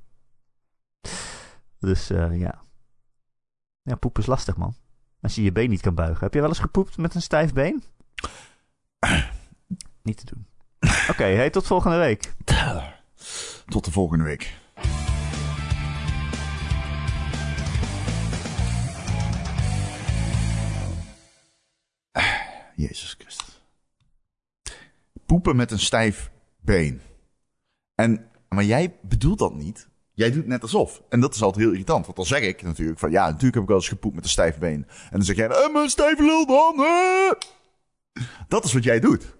[SPEAKER 3] Dus ja. Ja, poepen is lastig, man. Als je je been niet kan buigen. Heb je wel eens gepoept met een stijf been? Niet te doen. Oké, hey, tot volgende week.
[SPEAKER 2] Tot de volgende week. Jezus Christus. Poepen met een stijf been. Maar jij bedoelt dat niet. Jij doet net alsof. En dat is altijd heel irritant. Want dan zeg ik natuurlijk van... Ja, natuurlijk heb ik wel eens gepoept met een stijf been. En dan zeg jij... mijn stijve lul dan. Dat is wat jij doet.